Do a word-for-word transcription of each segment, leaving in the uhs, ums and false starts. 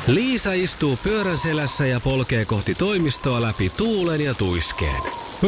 Liisa istuu pyörän selässä ja polkee kohti toimistoa läpi tuulen ja tuiskeen.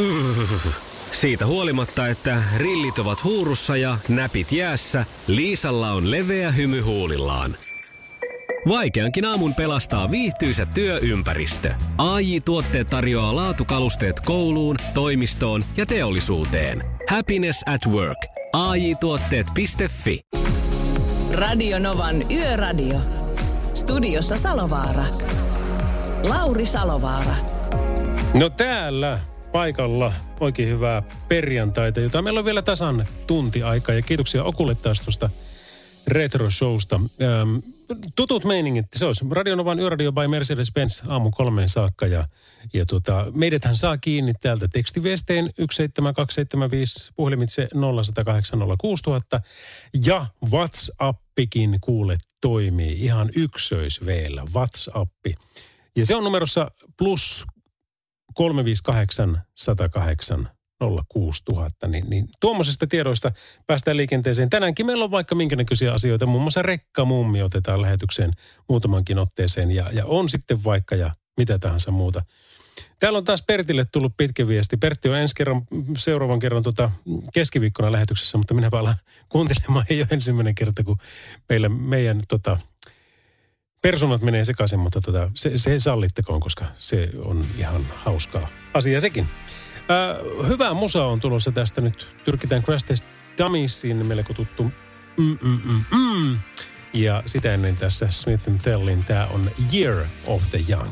Siitä huolimatta, että rillit ovat huurussa ja näpit jäässä, Liisalla on leveä hymy huulillaan. Vaikeankin aamun pelastaa viihtyisä työympäristö. A J-tuotteet tarjoaa laatukalusteet kouluun, toimistoon ja teollisuuteen. Happiness at work. A J tuotteet piste fi. Radio Novan Yöradio. Studiossa Salovaara. Lauri Salovaara. No täällä paikalla oikein hyvää perjantaita, jota meillä on vielä tasan tunti aikaa. Ja kiitoksia Okulle taas tuosta retro-showsta. Ähm, tutut meiningit, se olisi Radio Novan Yöradio by Mercedes-Benz aamu kolmeen saakka. Ja, ja tuota, meidäthän saa kiinni täältä tekstiviesteen yksi seitsemän kaksi seitsemän viisi, puhelimitse nolla yksi nolla kahdeksan nolla kuusi nolla nolla nolla ja WhatsAppikin kuule toimii ihan yksöis veellä, WhatsAppi. Ja se on numerossa plus kolme viisi kahdeksan, yksi nolla kahdeksan, nolla kuusi nolla nolla nolla, niin, niin tuommoisista tiedoista päästään liikenteeseen. Tänäänkin meillä on vaikka minkä näköisiä asioita, muun muassa rekkamummi otetaan lähetykseen muutamankin otteeseen ja, ja on sitten vaikka ja mitä tahansa muuta. Täällä on taas Pertille tullut pitkä viesti. Pertti on ensi kerran, seuraavan kerran tota keskiviikkona lähetyksessä, mutta minäpä alan kuuntelemaan. Ei ole ensimmäinen kerta, kun meillä, meidän tota, persoonat menee sekaisin, mutta tota, se, se sallittakoon, koska se on ihan hauskaa asia sekin. Äh, hyvää musa on tulossa tästä nyt. Tyrkitään Crash Test Dummiesin melko tuttu mm, mm, mm, mm. Ja sitä ennen tässä Smith and Tellin tämä on Year of the Young.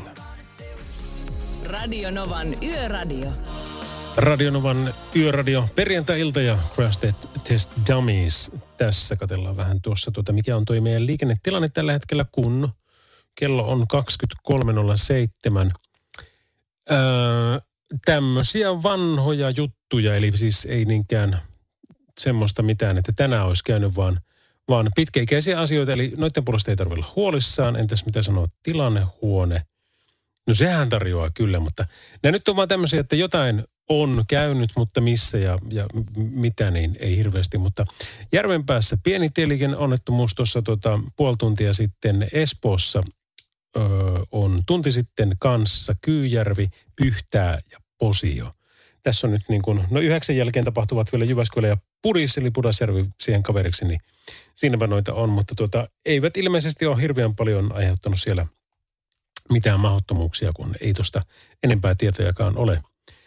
Radio Novan Yöradio. Radio Novan Yöradio, perjantai-ilta ja Crash Test Dummies. Tässä katsellaan vähän tuossa, tuota, mikä on toi meidän liikennetilanne tällä hetkellä, kun kello on kaksikymmentäkolme nolla seitsemän. Öö, tämmöisiä vanhoja juttuja, eli siis ei niinkään semmoista mitään, että tänään olisi käynyt, vaan, vaan pitkäikäisiä asioita, eli noiden puolesta ei tarvitse olla huolissaan. Entäs mitä sanoo tilannehuone? No sehän tarjoaa kyllä, mutta nämä nyt on vaan tämmöisiä, että jotain on käynyt, mutta missä ja, ja mitä, niin ei hirveästi. Mutta Järvenpäässä pieni tieliikenneonnettomuus tuossa tuota, puoli tuntia sitten Espoossa ö, on tunti sitten kanssa Kyyjärvi, Pyhtää ja Posio. Tässä on nyt niin kuin, no yhdeksän jälkeen tapahtuvat vielä Jyväskylä ja Pudis, eli Pudasjärvi siihen kaveriksi, niin siinäpä noita on. Mutta tuota, eivät ilmeisesti ole hirveän paljon aiheuttanut siellä mitään mahdottomuuksia, kun ei tuosta enempää tietojakaan ole.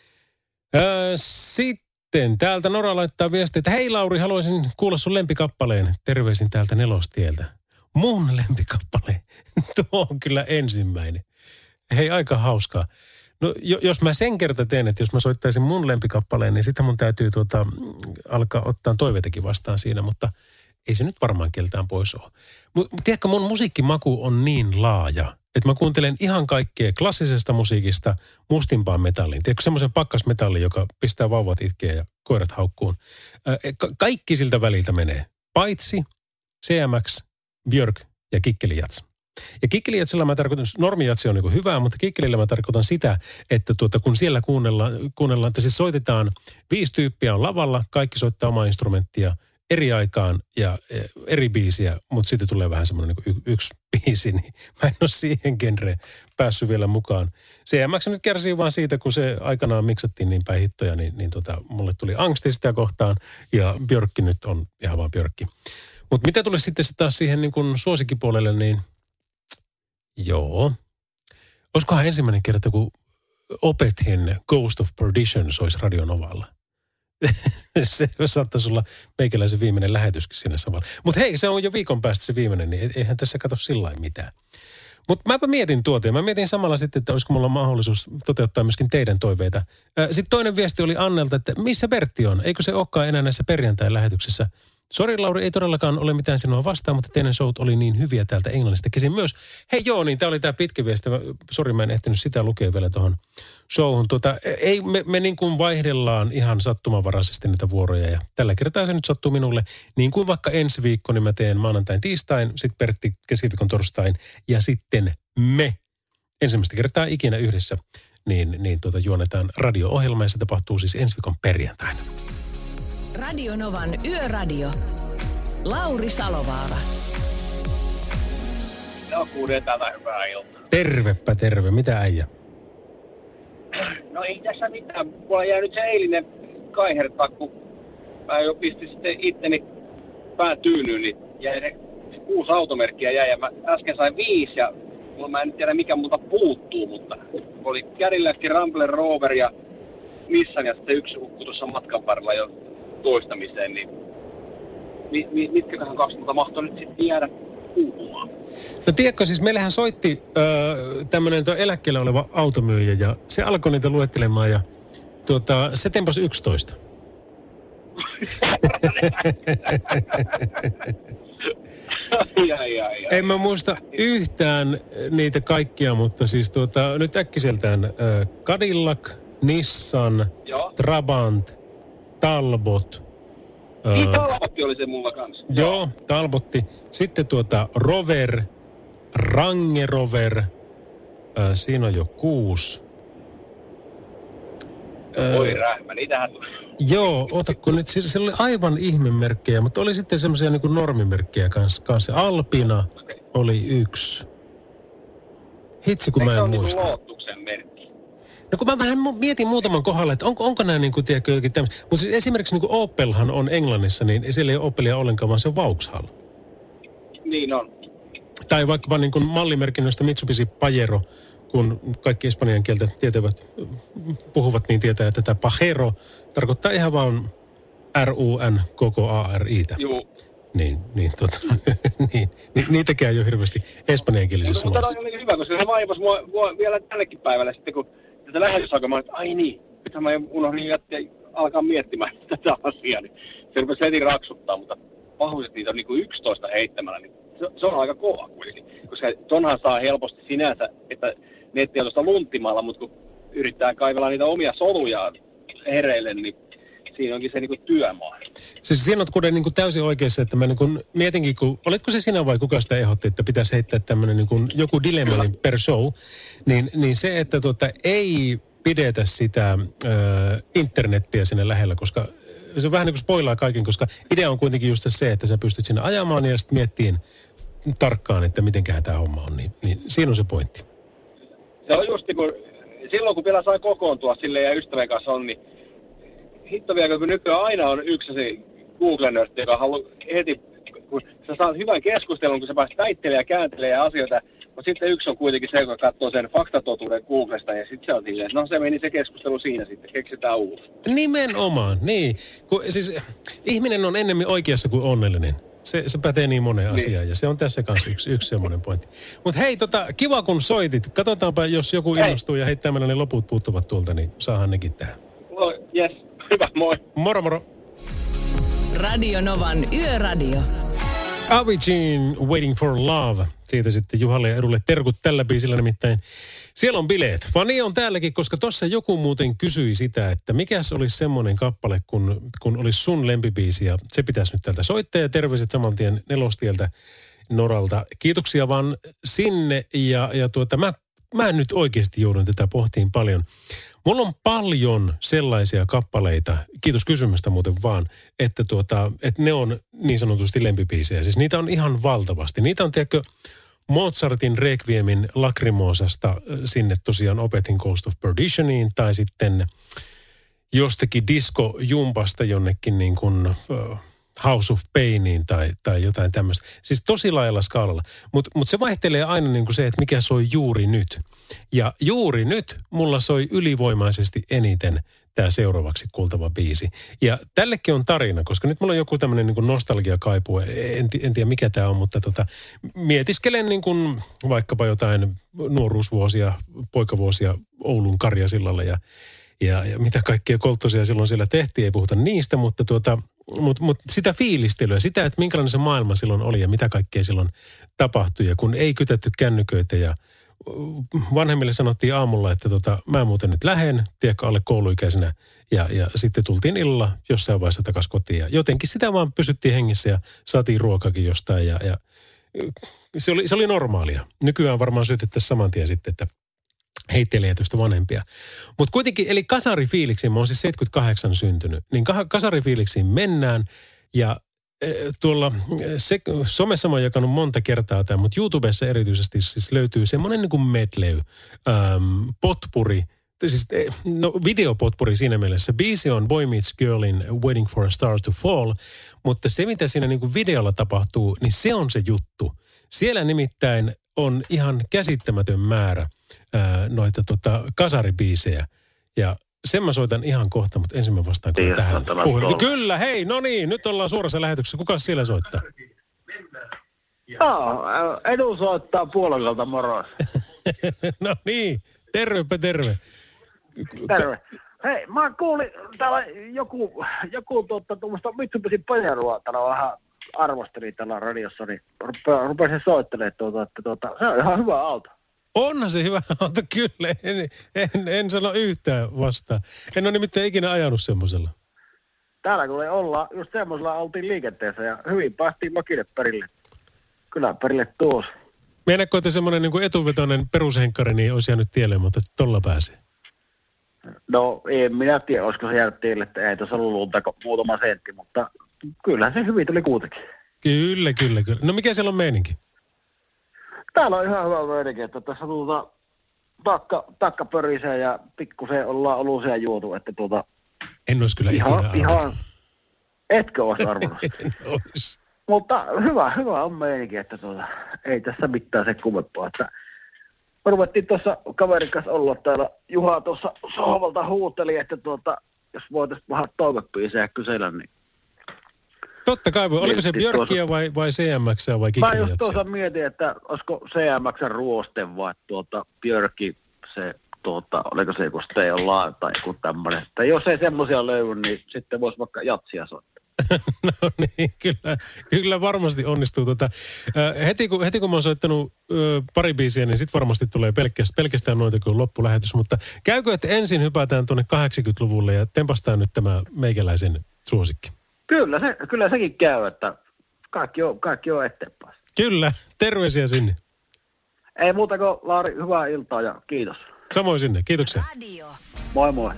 Öö, sitten täältä Nora laittaa viestiä, että hei Lauri, haluaisin kuulla sun lempikappaleen. Terveisin täältä Nelostieltä. Mun lempikappale? Tuo on kyllä ensimmäinen. Hei, aika hauskaa. No jos mä sen kerta teen, että jos mä soittaisin mun lempikappaleen, niin sitten mun täytyy tuota, alkaa ottaa toiveitakin vastaan siinä, mutta ei se nyt varmaan keltään pois ole. Mutta tiedätkö, mun musiikkimaku on niin laaja, että mä kuuntelen ihan kaikkea klassisesta musiikista mustimpaan metalliin. Tiedätkö, semmoisen pakkasmetallin, joka pistää vauvat itkeä ja koirat haukkuun. Ka- kaikki siltä väliltä menee. Paitsi C M X, Björk ja Kikkelijats. Ja Kikkelijatsilla mä tarkoitan, normijatsi on niin hyvää, mutta Kikkelillä mä tarkoitan sitä, että tuota, kun siellä kuunnellaan, kuunnellaan, että siis soitetaan, viisi tyyppiä on lavalla, kaikki soittaa omaa instrumenttia eri aikaan ja eri biisiä, mutta sitten tulee vähän semmoinen niin y- yksi biisi, niin mä en ole siihen genreen päässyt vielä mukaan. C M X nyt kärsii vaan siitä, kun se aikanaan miksattiin niin päin hittoja, niin, niin tota, mulle tuli angsti sitä kohtaan ja Björkki nyt on ihan vaan Björkki. Mutta mitä tulee sitten taas siihen niin kuin suosikkipuolelle, niin joo. Olisikohan ensimmäinen kerta, kun Opethin Ghost of Perdition soisi Radio Novalla? Se saattaisi olla meikäläisen viimeinen lähetyskin siinä samalla. Mutta hei, se on jo viikon päästä se viimeinen, niin eihän tässä katso sillain mitään. Mutta mäpä mietin tuota ja mä mietin samalla sitten, että olisiko mulla mahdollisuus toteuttaa myöskin teidän toiveita. Sitten toinen viesti oli Annelta, että missä Bertti on? Eikö se olekaan enää näissä perjantain lähetyksissä? Sori Lauri, ei todellakaan ole mitään sinua vastaan, mutta teidän showt oli niin hyviä täältä Englannista käsin myös. Hei joo, niin tämä oli tämä pitkä viesti. Sori, mä en ehtinyt sitä lukea vielä tuohon showhun. Tuota, ei, me, me niin kuin vaihdellaan ihan sattumanvaraisesti näitä vuoroja ja tällä kertaa se nyt sattuu minulle. Niin kuin vaikka ensi viikko, niin mä teen maanantain tiistain, sitten Pertti keskiviikon torstain ja sitten me ensimmäistä kertaa ikinä yhdessä niin, niin tuota, juonetaan radio-ohjelma ja se tapahtuu siis ensi viikon perjantaina. Radio Novan Yöradio. Lauri Salovaara. alkuun täältä hyvää iltaa. Tervepä terve. Mitä äijä? No ei tässä mitään. Mulla jäi nyt se eilinen kaihertakku. Mä jo pistin sitten itteni pään tyynyyn, niin jäi ne kuusi automerkkiä jäi. Ja mä äsken sain viisi ja mulla mä en tiedä mikä multa puuttuu, mutta oli Cadillac, Rambler, Rover ja Nissan ja sitten yksi ukku tuossa matkan varrella jo toistamiseen, niin mi, mi, mitkäköhän kaksi multa mahtoi nyt sitten jäädä puutumaan? No tiedätkö, siis meillähän soitti öö, tämmöinen eläkkeellä oleva automyyjä ja se alkoi niitä luettelemaan ja tuota, se tempasi yksitoista. ai, ai, ai, en mä muista yhtään niitä kaikkia, mutta siis tuota, nyt äkkiseltään äh, Cadillac, Nissan, joo. Trabant, Talbot. Äh, niin Talbotti oli se mulla kanssa. Joo, Talbotti. Sitten tuota Rover, Range Rover. Äh, siinä on jo kuusi. Voi rähmä, niitähän tuli. Joo, ota kun nyt, se oli aivan ihmemerkkejä, mutta oli sitten semmoisia niin kuin normimerkkejä kanssa. kanssa. Alpina okay. oli yksi. Hitsi, kun Eikö mä en muista. Eikö se ole niin merkki? No kun mä vähän mietin muutaman kohdalla, että onko, onko nämä niin kuin, tiedätkö, jokin tämmöisiä. Mutta siis esimerkiksi niin kuin Opelhan on Englannissa, niin siellä ei ole Opelia ollenkaan, vaan se on Vauxhall. Niin on. Tai vaikkapa niin kuin mallimerkinnöistä Mitsubishi Pajero, kun kaikki espanjan kieltä tietävät, puhuvat, niin tietää, että tämä Pajero tarkoittaa ihan vaan R U N koko A R I:tä. Joo. Niin, niin, tota, niin, ni, niitäkään ei ole hirveästi espanjankielisessä maassa. maassa. Mutta on hyvä, koska se vaivasi mua, mua vielä tällekin päivällä sitten, kun tätä lähetys alkoi, mä olin, että ai niin, nythän mä unohdin jättää alkaa miettimään tätä asiaa, niin se rupesi heti raksuttaa, mutta pahuiset niitä on niin kuin yksitoista heittämällä, niin se, se on aika kova kuitenkin, koska tonhan saa helposti sinänsä, että netti on tuosta lunttimalla, mutta kun yrittää kaivella niitä omia soluja hereille, niin siinä onkin se niinku työmaa. Siis siinä olet kuitenkin niinku täysin oikeassa, että mä niinku mietinkin, kun, oletko se sinä vai kuka sitä ehdotti, että pitäisi heittää tämmöinen niinku joku dilemma per show, niin, niin se, että tuota, ei pidetä sitä ö, internettiä sinne lähellä, koska se vähän niin kuin spoilaa kaiken, koska idea on kuitenkin just se, että sä pystyt sinne ajamaan ja sitten miettiin tarkkaan, että mitenköhän tämä homma on, niin, niin siinä on se pointti. Se on just niin kuin, silloin kun vielä sai kokoontua silleen ja ystävän kanssa on, niin hitto vielä, kun nykyään aina on yksi se Google-nörtti, joka haluaa heti, kun sä saat hyvän keskustelun, kun sä pääset väittelemään ja kääntelemään asioita, mutta sitten yksi on kuitenkin se, joka katsoo sen faktatotuuden Googlesta ja sitten se on silleen, no se meni se keskustelu siinä sitten, keksitään uusi. Nimenomaan, niin. Kun, siis ihminen on ennemmin oikeassa kuin onnellinen. Se, se pätee niin moneen niin. asiaan ja se on tässä kanssa yksi, yksi semmoinen pointti. Mutta hei, tota, kiva kun soitit. Katsotaanpa, jos joku hei. innostuu ja heittää meillä ne loput puuttuvat tuolta, niin saahan nekin tähän. No, yes. Hyvä, moi. Moro, moro. Radio Novan Yöradio. Avicii, Waiting for Love. Siitä sitten Juhalle ja Edulle terkut tällä biisillä, nimittäin siellä on bileet. Fani on täälläkin, koska tuossa joku muuten kysyi sitä, että mikäs olisi semmoinen kappale, kun, kun olisi sun lempibiisi. Ja se pitäisi nyt täältä soittaa ja terveiset saman tien Nelostieltä Noralta. Kiitoksia vaan sinne ja, ja tuota, mä, mä nyt oikeasti joudun tätä pohtiin paljon. Mulla on paljon sellaisia kappaleita, kiitos kysymästä muuten vaan, että, tuota, että ne on niin sanotusti lempibiisejä. Siis niitä on ihan valtavasti. Niitä on, tiedätkö, Mozartin Requiemin Lacrimosasta sinne tosiaan Opetin Coast of Perditioniin tai sitten jostakin disco-jumpasta jonnekin niin kuin uh, House of Painiin tai, tai jotain tämmöistä. Siis tosi laajalla skaalalla. Mutta mut se vaihtelee aina niin kuin se, että mikä soi juuri nyt. Ja juuri nyt mulla soi ylivoimaisesti eniten tämä seuraavaksi kuultava biisi. Ja tällekin on tarina, koska nyt mulla on joku tämmöinen niin kuin nostalgiakaipu. En, en tiedä mikä tämä on, mutta tota, mietiskelen niin kuin vaikkapa jotain nuoruusvuosia, poikavuosia Oulun Karjasillalla ja, ja, ja mitä kaikkea kolttosia silloin siellä tehtiin. Ei puhuta niistä, mutta tuota, mut, mut sitä fiilistelyä, sitä, että minkälainen se maailma silloin oli ja mitä kaikkea silloin tapahtui. Ja kun ei kytetty kännyköitä ja vanhemmille sanottiin aamulla, että tota, mä muuten nyt lähden, tiedätkö, alle kouluikäisenä. Ja, ja sitten tultiin illalla jossain vaiheessa takaisin kotiin. Ja jotenkin sitä vaan pysyttiin hengissä ja saatiin ruokakin jostain. Ja, ja se, oli, se oli normaalia. Nykyään varmaan syötettäisiin saman tien sitten, että heittelee tietysti vanhempia. Mutta kuitenkin, eli kasarifiiliksiin, mä oon siis seitsemänkymmentäkahdeksan syntynyt, niin kasarifiiliksiin mennään. Ja tuolla se, somessa mä oon jakanut monta kertaa tämän, mutta YouTubessa erityisesti siis löytyy semmoinen niin kuin medley, ähm, potpuri, siis no videopotpuri siinä mielessä. Biisi on Boy Meets Girlin Waiting for a Star to Fall, mutta se mitä siinä niin kuin videolla tapahtuu, niin se on se juttu. Siellä nimittäin on ihan käsittämätön määrä ää, noita tota, kasaribiisejä ja sen mä soitan ihan kohta, mutta ensin mä vastaan kyllä tähän puheluun. Kyllä, hei, no niin, nyt ollaan suorassa lähetyksessä. Kuka siellä soittaa? Joo, Edu soittaa Puolakalta, moro. No niin, tervepä terve. Terve. Hei, mä kuulin, täällä joku, joku tuota, tuommoista Mitsubishi Pajerua täällä vähän arvosteli täällä radiossa, niin rupesin soittelemaan tuota, että tuota, se on ihan hyvä auto. Onhan se hyvä auto, kyllä. En, en, en sano yhtään vastaan. En ole nimittäin ikinä ajanut semmoisella. Täällä kun ei olla, just semmoisella oltiin liikenteessä ja hyvin päästiin Lokille perille. Kyllä perille tuossa. Meinaatko, että semmoinen niin kuin etuvetoinen perushenkkari niin olisi jäänyt tielle, mutta tolla pääsee? No en minä tiedä, olisiko se jäänyt tielle, että ei tuossa ollut lunta muutama sentti, mutta kyllähän se hyvin tuli kuitenkin. Kyllä, kyllä, kyllä. No mikä siellä on meininki? Täällä on ihan hyvä meininki, että tässä tuota takka, takka pörisee ja pikkusen ollaan olusia juotu, että tuota... En olisi kyllä ihan, ikinä ihan, etkö olisi arvonnut? En olisi. Mutta hyvä, hyvä on meininki, että tuota, ei tässä mitään se kummempaa, että ruvettiin tuossa kaverin kanssa olla täällä. Juha tuossa sohvalta huuteli, että tuota, jos voitaisiin vähän toivepiisejä kysellä, niin... Totta kai voi. Oliko se Björkkiä vai, vai C M X:ää vai Kikkiä? Mä just tuossa mietin, että olisiko C M X:n ruoste vai tuota Björkki se, tuota, oliko se joku Stay Alive tai joku tämmöinen. Että jos ei semmoisia löydy, niin sitten voisi vaikka jatsia soittaa. No niin, kyllä, kyllä varmasti onnistuu. Tota, äh, heti, kun, heti kun mä oon soittanut äh, pari biisiä, niin sitten varmasti tulee pelkästään, pelkästään noita kuin loppulähetys. Mutta käykö, että ensin hypätään tuonne kahdeksankymmentäluvulle ja tempastaan nyt tämä meikäläisen suosikki? Kyllä, se, kyllä sekin käy, että kaikki on, kaikki on eteenpäin. Kyllä, terveisiä sinne. Ei muuta kuin Lauri, hyvää iltaa ja kiitos. Samoin sinne, kiitoksia. Radio. Moi moi.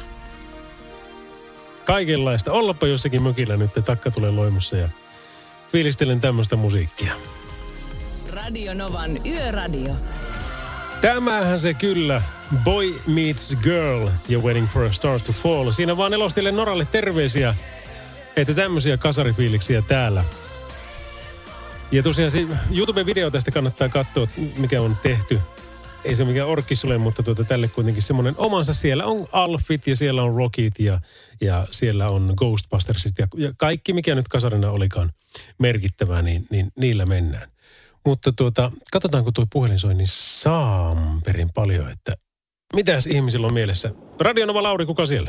Kaikenlaista. Ollapa jossakin mökillä nyt, takka tulee loimussa ja fiilistelen tämmöistä musiikkia. Radio Novan Yöradio. Tämähän se kyllä. Boy Meets Girl ja Waiting for a Star to Fall. Siinä vaan Elostille Noralle terveisiä, että tämmöisiä kasarifiiliksiä täällä. Ja tosiaan se YouTube-video tästä kannattaa katsoa, mikä on tehty. Ei se mikään orkkis ole, mutta tuota, tälle kuitenkin semmoinen omansa. Siellä on Alfit ja siellä on Rockit ja, ja siellä on Ghostbustersit ja, ja kaikki, mikä nyt kasarina olikaan merkittävää, niin, niin niillä mennään. Mutta tuota, katsotaan, kun tuo puhelin soi, niin saamperin paljon, että mitäs ihmisillä on mielessä. Radio Nova Lauri, kuka siellä?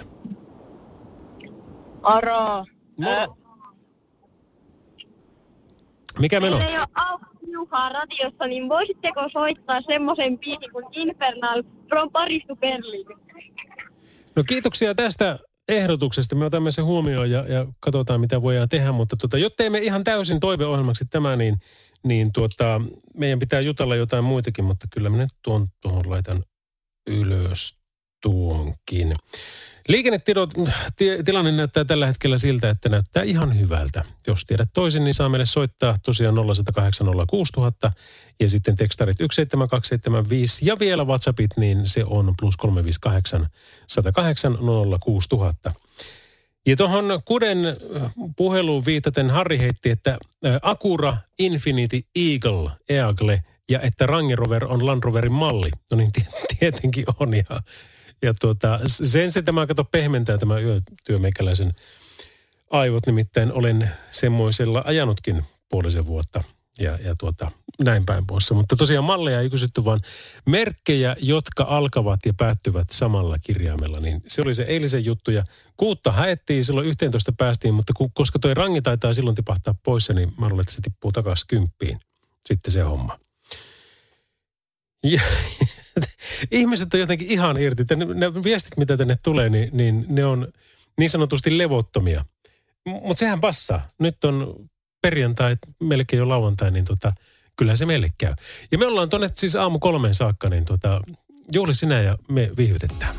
Aro. No. Mikä meno? Meillä ei ole Aukko Juhaa radiossa, niin voisitteko soittaa semmoisen biisin kuin Infernal from Paris to Berlin? No kiitoksia tästä ehdotuksesta. Me otamme sen huomioon ja, ja katsotaan, mitä voidaan tehdä. Mutta tuota, jottei me ihan täysin toiveohjelmaksi tämä, niin, niin tuota, meidän pitää jutella jotain muitakin, mutta kyllä minä tuon tuohon laitan ylös tuonkin. Liikennetilanne näyttää tällä hetkellä siltä, että näyttää ihan hyvältä. Jos tiedät toisin, niin saa meille soittaa tosiaan nolla yksi nolla kahdeksan nolla kuusi nolla nolla nolla ja sitten tekstarit yksi seitsemän kaksi seitsemän viisi ja vielä WhatsAppit, niin se on plus kolme viisi kahdeksan yksi nolla kahdeksan nolla kuusi nolla nolla nolla. Ja tuohon Kuden puheluun viitaten Harri heitti, että Acura, Infiniti, Eagle, Eagle ja että Range Rover on Land Roverin malli. No niin, tietenkin on ja... Ja tuota, sen se tämä, kato, pehmentää tämä yötyömeikäläisen aivot, nimittäin olen semmoisella ajanutkin puolisen vuotta ja, ja tuota, näin päin poissa. Mutta tosiaan malleja ei kysytty, vaan merkkejä, jotka alkavat ja päättyvät samalla kirjaimella, niin se oli se eilisen juttu. Ja kuutta haettiin, silloin yhteentoista päästiin, mutta ku, koska toi rangi taitaa silloin tipahtaa pois, niin mä luulen, että se tippuu takaisin kymppiin sitten se homma. Ja... Ihmiset on jotenkin ihan irti. Ne viestit, mitä tänne tulee, niin, niin ne on niin sanotusti levottomia. Mutta sehän passaa. Nyt on perjantai, melkein jo lauantai, niin tota, kyllähän se meille käy. Ja me ollaan tonne siis aamu kolmeen saakka, niin tota, juhli sinä ja me viihytetään.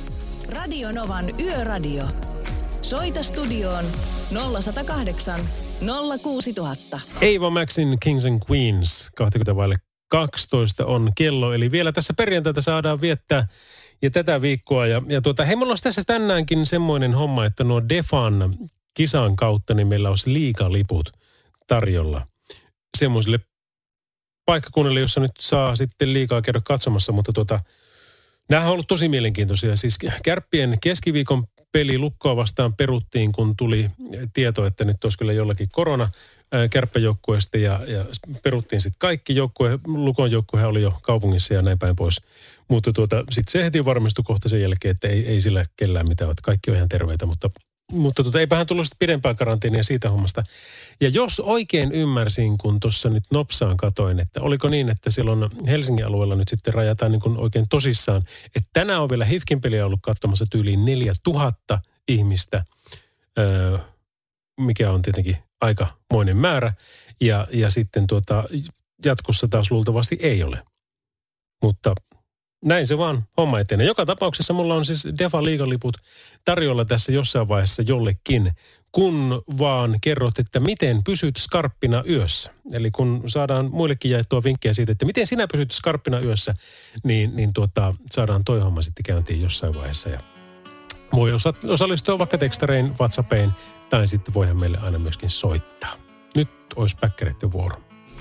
Radio Novan Yöradio. Soita studioon nolla yksi nolla kahdeksan nolla kuusi tuhatta. Ava Maxin Kings and Queens, kaksikymmentä vaille kaksitoista on kello. Eli vielä tässä perjantaita saadaan viettää ja tätä viikkoa. Ja, ja tuota, hei, mulla olisi tässä tänäänkin semmoinen homma, että nuo Defan kisan kautta, niin meillä olisi liigaliput tarjolla semmoisille paikkakunnille, jossa nyt saa sitten liikaa käydä katsomassa, mutta tuota, nämähän on ollut tosi mielenkiintoisia. Siis Kärppien keskiviikon peli Lukkoa vastaan peruttiin, kun tuli tieto, että nyt olisi kyllä jollakin korona kärppäjoukkueesta ja, ja peruttiin sitten kaikki joukkue. Lukon joukkuehan oli jo kaupungissa ja näin päin pois. Mutta tuota, sitten se heti varmistui kohta sen jälkeen, että ei, ei sillä kellään mitään, että kaikki on ihan terveitä, mutta Mutta tuota, eipähän tullut sitten pidempää karanteenia siitä hommasta. Ja jos oikein ymmärsin, kun tuossa nyt nopsaan katoin, että oliko niin, että silloin Helsingin alueella nyt sitten rajataan niin kuin oikein tosissaan, että tänään on vielä H I F K:n peliä ollut katsomassa tyyliin neljätuhatta ihmistä, öö, mikä on tietenkin aikamoinen määrä. Ja, ja sitten tuota, jatkossa taas luultavasti ei ole. Mutta näin se vaan homma etenee. Joka tapauksessa mulla on siis Defa liigaliput tarjolla tässä jossain vaiheessa jollekin, kun vaan kerrot, että miten pysyt skarppina yössä. Eli kun saadaan muillekin jaettua vinkkejä siitä, että miten sinä pysyt skarppina yössä, niin, niin tuota, saadaan toi homma sitten käyntiin jossain vaiheessa. Ja voi osallistua vaikka tekstarein, WhatsAppein, tai sitten voihan meille aina myöskin soittaa. Nyt olisi päkkäreiden vuoro.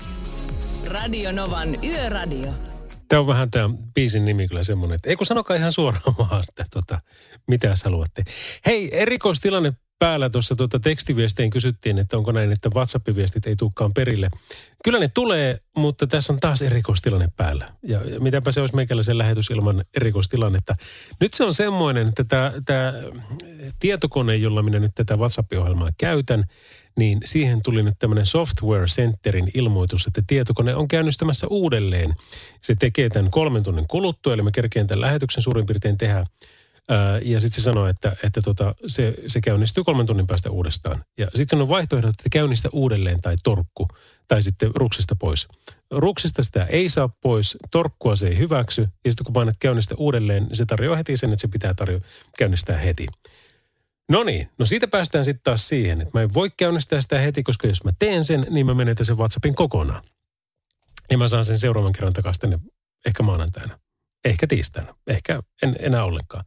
Radio Novan Yöradio. Tämä on vähän tämä biisin nimi kyllä semmoinen, että ei kun sanokaa ihan suoraan vaan, että tota, mitä sä haluatte. Hei, erikoistilanne päällä tuossa tuota tekstiviestein kysyttiin, että onko näin, että WhatsApp-viestit ei tulekaan perille. Kyllä ne tulee, mutta tässä on taas erikoistilanne päällä. Ja, ja mitäpä se olisi meikäläisen lähetys ilman erikoistilannetta. Nyt se on semmoinen, että tämä, tämä tietokone, jolla minä nyt tätä WhatsApp-ohjelmaa käytän, niin siihen tuli nyt tämmöinen Software Centerin ilmoitus, että tietokone on käynnistämässä uudelleen. Se tekee tämän kolmen tunnin kuluttua, eli mä kerkeen tämän lähetyksen suurin piirtein tehdä. Ää, ja sitten se sanoo, että, että tota, se, se käynnistyy kolmen tunnin päästä uudestaan. Ja sitten on vaihtoehdot, että käynnistä uudelleen tai torkku, tai sitten ruksista pois. Ruksista sitä ei saa pois, torkkua se ei hyväksy, ja sitten kun painat käynnistä uudelleen, niin se tarjoaa heti sen, että se pitää tarjo- käynnistää heti. No niin, no siitä päästään sitten taas siihen, että mä en voi käynnistää sitä heti, koska jos mä teen sen, niin mä menetän sen WhatsAppin kokonaan. Ja mä saan sen seuraavan kerran takaisin tänne ehkä maanantaina, ehkä tiistaina, ehkä en enää ollenkaan.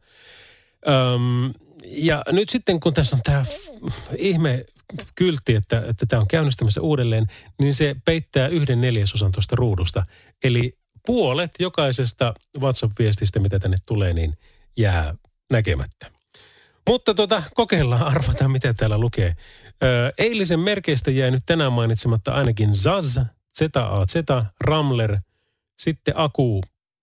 Öm, ja nyt sitten kun tässä on tämä ihme kyltti, että, että tämä on käynnistämässä uudelleen, niin se peittää yhden neljäsosan tuosta ruudusta. Eli puolet jokaisesta WhatsApp-viestistä, mitä tänne tulee, niin jää näkemättä. Mutta tota, kokeillaan, arvataan mitä täällä lukee. Ö, eilisen merkeistä jäi nyt tänään mainitsematta ainakin Zaz, Z A Z, Ramler, sitten Aku,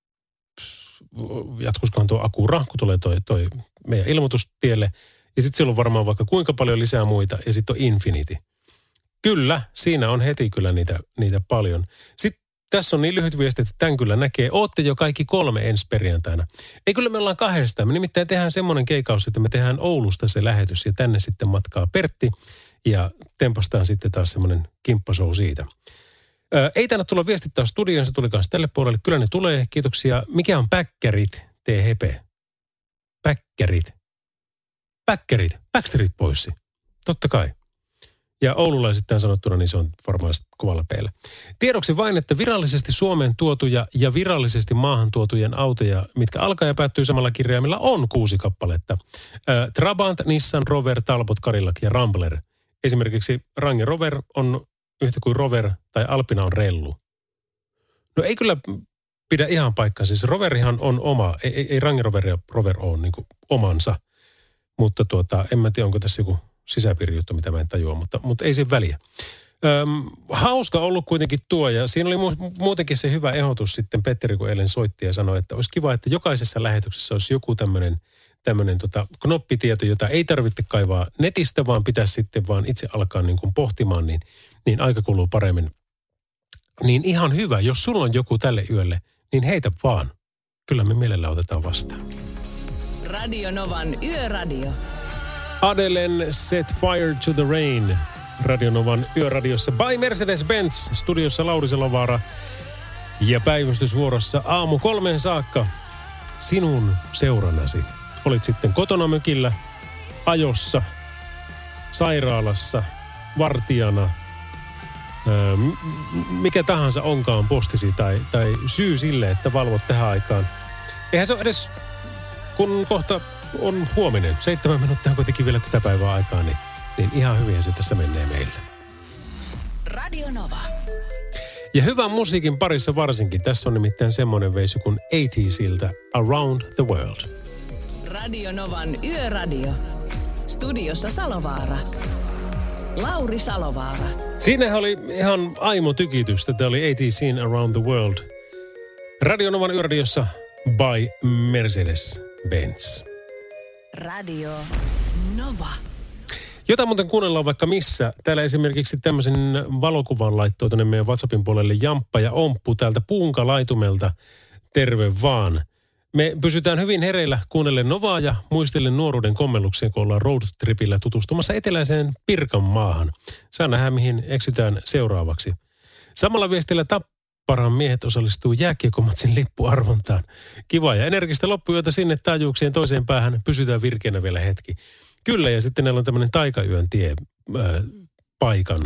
jatkuskohan tuo Akura, kun tulee toi, toi meidän ilmoitustielle. Ja sitten siellä on varmaan vaikka kuinka paljon lisää muita, ja sitten on Infinity. Kyllä, siinä on heti kyllä niitä, niitä paljon. Sitten tässä on niin lyhyt viesti, että tämän kyllä näkee. Ootte jo kaikki kolme ensi perjantaina. Ei kyllä me ollaan kahdestaan. Me nimittäin tehdään semmoinen keikaus, että me tehdään Oulusta se lähetys ja tänne sitten matkaa Pertti. Ja tempastaan sitten taas semmoinen kimppashow siitä. Ää, ei tänne tulla viestit taas studioon, se tuli kanssa tälle puolelle. Kyllä ne tulee, kiitoksia. Mikä on päkkärit, T H P? Päkkärit. Päkkärit. Backstreet Boys. Totta kai. Ja oululaisittain sanottuna, niin se on varmaan kovalla peillä. Tiedoksi vain, että virallisesti Suomeen tuotuja ja virallisesti maahan tuotujen autoja, mitkä alkaa ja päättyy samalla kirjaimella, on kuusi kappaletta. Äh, Trabant, Nissan, Rover, Talbot, Cadillac ja Rambler. Esimerkiksi Range Rover on yhtä kuin Rover tai Alpina on rellu. No ei kyllä pidä ihan paikkaa. Siis Roverihan on oma, ei, ei, ei Range Rover ja Rover ole niin kuin omansa. Mutta tuota, en mä tiedä, onko tässä joku sisäpiirijuttu, mitä mä en tajua, mutta, mutta ei sen väliä. Öm, hauska ollut kuitenkin tuo, ja siinä oli mu- muutenkin se hyvä ehdotus sitten Petteri, kun eilen soitti ja sanoi, että olisi kiva, että jokaisessa lähetyksessä olisi joku tämmöinen tämmöinen tota, knoppitieto, jota ei tarvitse kaivaa netistä, vaan pitäisi sitten vaan itse alkaa niin kuin pohtimaan, niin, niin aika kuluu paremmin. Niin ihan hyvä, jos sulla on joku tälle yölle, niin heitä vaan. Kyllä me mielellä otetaan vastaan. Radio Novan Yöradio. Adelen Set Fire to the Rain. Radio Novan Yöradiossa by Mercedes-Benz. Studiossa Lauri Selovaara. Ja päivystysvuorossa aamu kolmeen saakka sinun seurannasi. Olit sitten kotona mökillä, ajossa, sairaalassa, vartijana, öö, mikä tahansa onkaan postisi tai, tai syy sille, että valvot tähän aikaan. Eihän se ole edes, kun kohta on huominen, seitsemän minuuttia on kuitenkin vielä tätä päivää aikaa, niin, niin ihan hyvin se tässä menee meille. Radio Nova. Ja hyvän musiikin parissa varsinkin. Tässä on nimittäin semmoinen veisy kuin eighties-iltä Around the World. Radio Novan Yöradio. Studiossa Salovaara. Lauri Salovaara. Siinä oli ihan aimo tykitystä. Tämä oli eightiesin Around the World. Radio Novan Yöradiossa by Mercedes-Benz. Radio Nova. Jota muuten kuunnellaan vaikka missä. Täällä esimerkiksi tämmöisen valokuvan laittoi tuonne meidän WhatsAppin puolelle Jamppa ja Omppu täältä Puunkalaitumelta. Terve vaan. Me pysytään hyvin hereillä kuunnellen Novaa ja muistellen nuoruuden kommelluksia, kun ollaan roadtripillä tutustumassa eteläiseen Pirkanmaahan. Saa nähdä, mihin eksytään seuraavaksi. Samalla viestillä Tapparan miehet osallistuu jääkiekkomatsin lippuarvontaan. Kiva ja energistä loppuyötä sinne taajuuksien toiseen päähän. Pysytään virkeänä vielä hetki. Kyllä, ja sitten näillä on tämmöinen taikayön tie, ää, paikan,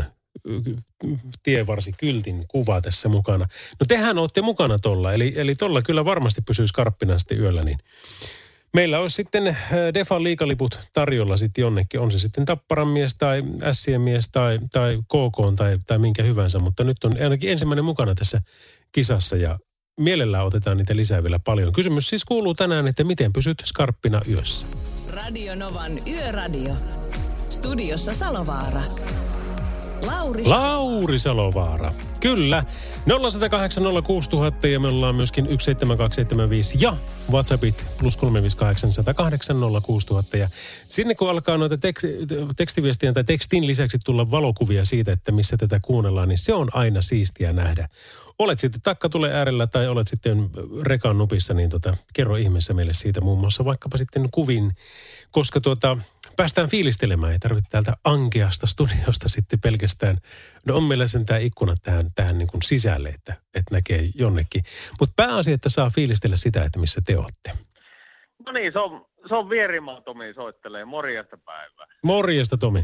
tievarsikyltin kuva tässä mukana. No tehän olette mukana tolla, eli, eli tolla kyllä varmasti pysyy skarppina sitten yöllä. Niin. Meillä olisi sitten Defan liikaliput tarjolla sitten jonnekin, on se sitten Tapparan mies tai Ässien mies tai, tai K K tai, tai minkä hyvänsä, mutta nyt on ainakin ensimmäinen mukana tässä kisassa ja mielellään otetaan niitä lisää vielä paljon. Kysymys siis kuuluu tänään, että miten pysyt skarppina yössä? Radio Novan Yöradio. Studiossa Salovaara. Lauri, Lauri Salovaara. Kyllä. nolla yksi nolla kahdeksan nolla kuusi nolla nolla nolla ja me ollaan myöskin yksi seitsemän kaksi seitsemän viisi ja WhatsAppit plus kolme viisi kahdeksan nolla kahdeksan nolla kuusi nolla nolla nolla. Ja sinne kun alkaa noita tekst- tekstiviestien tai tekstin lisäksi tulla valokuvia siitä, että missä tätä kuunnellaan, niin se on aina siistiä nähdä. Olet sitten takkatule äärellä tai olet sitten rekan nupissa, niin tota, kerro ihmeessä meille siitä muun muassa vaikkapa sitten kuvin, koska tuota, päästään fiilistelemään. Ei tarvitse täältä ankeasta studiosta sitten pelkästään. No on meillä sen tämä ikkuna tähän, tähän niin kuin sisälle, että, että näkee jonnekin. Mutta pääasia, että saa fiilistellä sitä, että missä te olette. No niin, se on, se on Vierimaa Tomi soittelee. Morjesta päivää. Morjesta Tomi.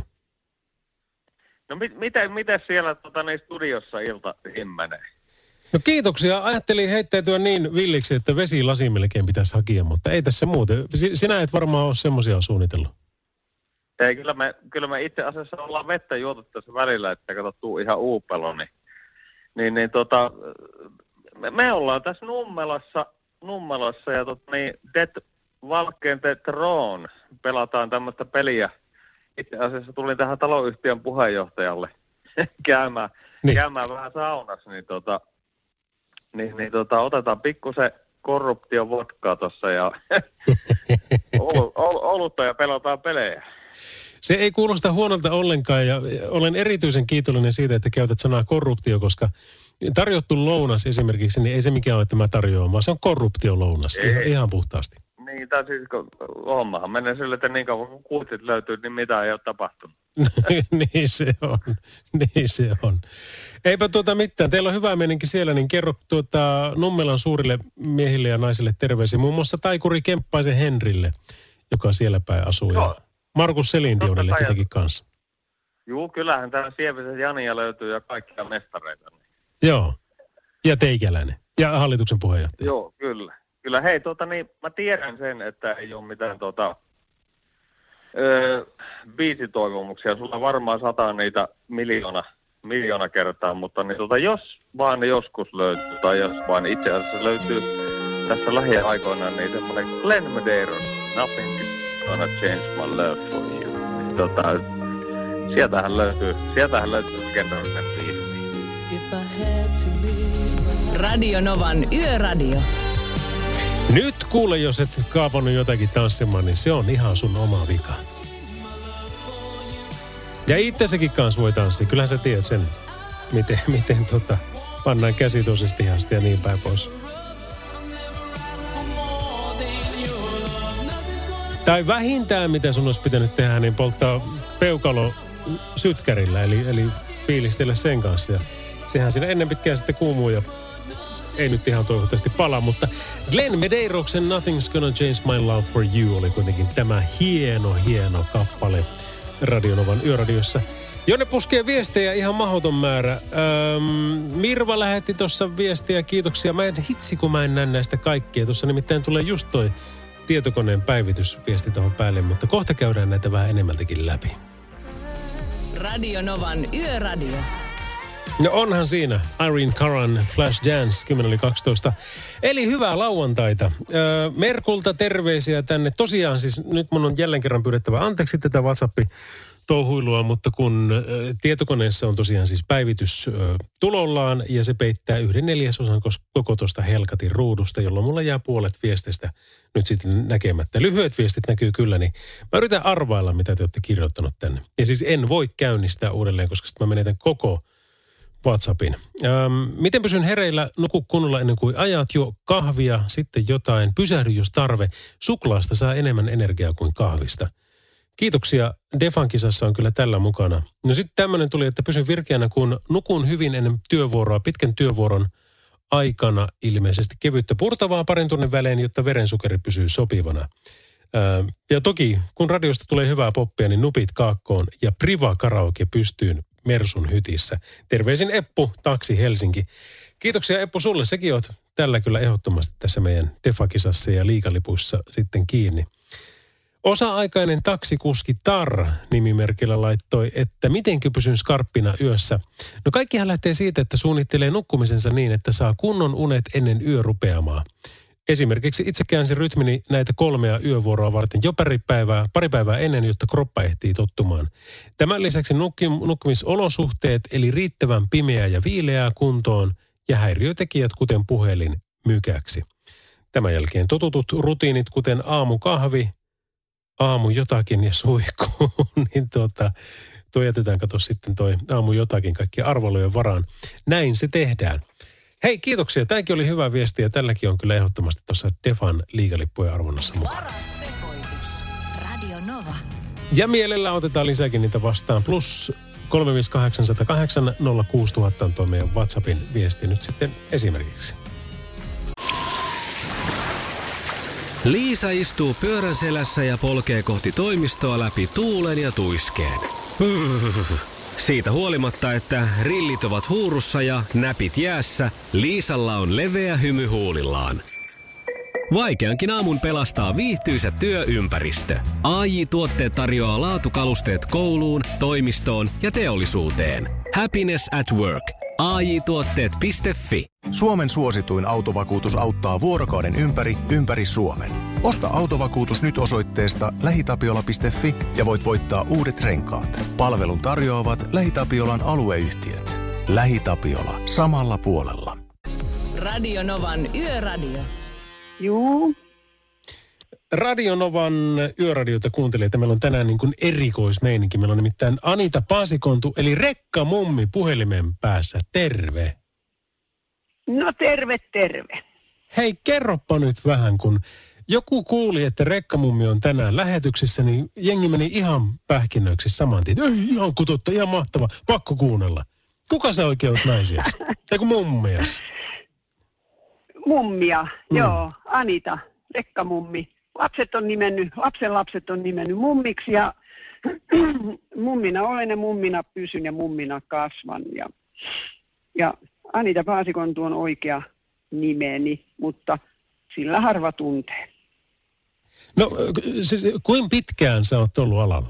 No mit, miten, miten siellä tota, niin studiossa ilta menee? No kiitoksia. Ajattelin heittäytyä niin villiksi, että vesilasi melkein pitäisi hakea, mutta ei tässä muuten. Sinä et varmaan ole semmoisia suunnitellut. Ei, kyllä me, kyllä me itse asiassa ollaan vettä juotu tässä välillä, että kato tuu ihan uupelo, niin, niin, niin tota, me, me ollaan tässä Nummelassa, Nummelassa ja tota, niin Dead Valkeen The Throne pelataan tämmöistä peliä. Itse asiassa tulin tähän taloyhtiön puheenjohtajalle käymään, niin. käymään vähän saunassa, niin, tota, niin, niin tota, otetaan pikkusen korruption vodkaa tuossa ja olutta ja pelataan pelejä. Se ei kuulosta huonolta ollenkaan ja olen erityisen kiitollinen siitä, että käytät sanaa korruptio, koska tarjottu lounas esimerkiksi, niin ei se mikään ole, että mä tarjoan, vaan se on korruptiolounas ihan, ihan puhtaasti. Niin, tai siis hommahan menee sille, että niin kauan kun kuutit löytyy, niin mitä ei ole tapahtunut. Niin se on, niin se on. Eipä tuota mitään, teillä on hyvä meininki siellä, niin kerro tuota Nummelan suurille miehille ja naisille terveisiä, muun muassa taikuri Kemppaisen Henrille, joka siellä päin asuu. Joo. Ja Markus Selindionille tietenkin kanssa. Juu, kyllähän täällä Sievisen Jania löytyy ja kaikkia mestareita. Niin. Joo, ja teikäläinen. Ja hallituksen puheenjohtaja. Joo, kyllä. Kyllä, hei, tota niin, mä tiedän sen, että ei ole mitään tota, öö, biisitoivomuksia. Sulla varmaan sataa niitä miljoona, miljoona kertaa, mutta niin tota, jos vaan joskus löytyy, tai jos vaan itse asiassa löytyy tässä lähiaikoina, niin semmoinen Glenn Medeiros, Nothing is gonna change my love for you. Tota, sieltähän löytyy, sieltähän löytyy kenrallinen biisi. Radio Novan Yöradio. Nyt kuule, jos et kaapannut jotakin tanssimaan, niin se on ihan sun oma vika. Ja itsesäkin kanssa voi tanssia. Kyllähän sä tiedät sen, miten, miten tota, pannaan käsi tosesti ihasta ja niin päin pois. Tai vähintään, mitä sun olisi pitänyt tehdä, niin polttaa peukalo sytkärillä, eli, eli fiilistellä sen kanssa. Ja sehän siinä ennen pitkään sitten kuumuu ja ei nyt ihan toivottavasti palaa, mutta Glenn Medeiroksen Nothing's Gonna Change My Love For You oli kuitenkin tämä hieno, hieno kappale Radio Novan Yöradiossa. Jonne puskee viestejä ihan mahdoton määrä. Öm, Mirva lähetti tuossa viestiä, kiitoksia. Mä en hitsi, kun mä en näe näistä kaikkia. Tuossa nimittäin tulee just toi tietokoneen päivitysviesti tuohon päälle, mutta kohta käydään näitä vähän enemmältäkin läpi. Radio Novan Yöradio. No onhan siinä. Irene Karan, Flash Dance, kymmenen yli kaksitoista. Eli hyvää lauantaita. Öö, Merkulta terveisiä tänne. Tosiaan siis nyt mun on jälleen kerran pyydettävä anteeksi tätä WhatsApp-touhuilua, mutta kun ö, tietokoneessa on tosiaan siis päivitys ö, tulollaan ja se peittää yhden neljäsosan koko tuosta Helkatin ruudusta, jolloin mulla jää puolet viesteistä nyt sitten näkemättä. Lyhyet viestit näkyy kyllä, niin mä yritän arvailla, mitä te olette kirjoittanut tänne. Ja siis en voi käynnistää uudelleen, koska sitten mä menetän koko WhatsAppin. Ähm, miten pysyn hereillä? Nuku kunnolla ennen kuin ajat, jo kahvia, sitten jotain. Pysähdy, jos tarve. Suklaasta saa enemmän energiaa kuin kahvista. Kiitoksia. Defan kisassa on kyllä tällä mukana. No sitten tämmöinen tuli, että pysyn virkeänä, kun nukun hyvin ennen työvuoroa, pitkän työvuoron aikana ilmeisesti kevyttä purtavaa parin tunnin välein, jotta verensokeri pysyy sopivana. Ähm, ja toki, kun radiosta tulee hyvää poppia, niin nupit kaakkoon ja priva karaoke pystyyn Mersun hytissä. Terveisin Eppu, Taksi Helsinki. Kiitoksia Eppu sulle. Sekin oot tällä kyllä ehdottomasti tässä meidän Defa-kisassa ja liigalipuissa sitten kiinni. Osa-aikainen taksikuski Tar nimimerkillä laittoi, että mitenkö pysyn skarppina yössä. No kaikkihan lähtee siitä, että suunnittelee nukkumisensa niin, että saa kunnon unet ennen yörupeamaa. Esimerkiksi itse käänsin rytmini näitä kolmea yövuoroa varten jo pari päivää, pari päivää ennen, jotta kroppa ehtii tottumaan. Tämän lisäksi nukkim, nukkumisolosuhteet, eli riittävän pimeää ja viileää kuntoon ja häiriötekijät, kuten puhelin, mykäksi. Tämän jälkeen totutut rutiinit, kuten aamukahvi, aamu jotakin ja suihku, niin tuota, tuo jätetään, kato sitten toi aamu jotakin kaikkien arvolojen varaan. Näin se tehdään. Hei, kiitoksia. Tämäkin oli hyvä viesti ja tälläkin on kyllä ehdottomasti tuossa Defan liigalippujen arvonnassa mukana. Paras sekoitus. Radio Nova. Ja mielellä otetaan lisääkin niitä vastaan. Plus kolme viisi kahdeksan nolla kahdeksan nolla kuusi nolla nolla nolla on tuo meidän WhatsAppin viesti nyt sitten esimerkiksi. Liisa istuu pyörän selässä ja polkee kohti toimistoa läpi tuulen ja tuiskeen. Siitä huolimatta, että rillit ovat huurussa ja näpit jäässä, Liisalla on leveä hymy huulillaan. Vaikeankin aamun pelastaa viihtyisä työympäristö. A J-tuotteet tarjoaa laatukalusteet kouluun, toimistoon ja teollisuuteen. Happiness at work. A J tuotteet piste fi. Suomen suosituin autovakuutus auttaa vuorokauden ympäri, ympäri Suomen. Osta autovakuutus nyt osoitteesta lähitapiola piste fi ja voit voittaa uudet renkaat. Palvelun tarjoavat LähiTapiolan alueyhtiöt. LähiTapiola. Samalla puolella. Radio Novan Yöradio. Juu. Radio Novan Yöradiota kuuntelee, että meillä on tänään niin kuin erikoismeininki. Meillä on nimittäin Anita Paasikontu, eli rekkamummi puhelimen päässä. Terve. No terve, terve. Hei, kerropa nyt vähän, kun joku kuuli, että rekkamummi on tänään lähetyksessä, niin jengi meni ihan pähkinöiksi saman tien. Ei, ihan kutotta, ihan mahtava, pakko kuunnella. Kuka sä oikein oot naisias? Eiku mummias? Mummia, mm. joo, Anita, rekkamummi. Lapset on nimennyt, lapsen lapset on nimennyt mummiksi ja mummina olen ja mummina pysyn ja mummina kasvan. Ja, ja Anita Paasikontu on oikea nimeni, mutta sillä harva tuntee. No siis, kuinka pitkään sä oot ollut alalla?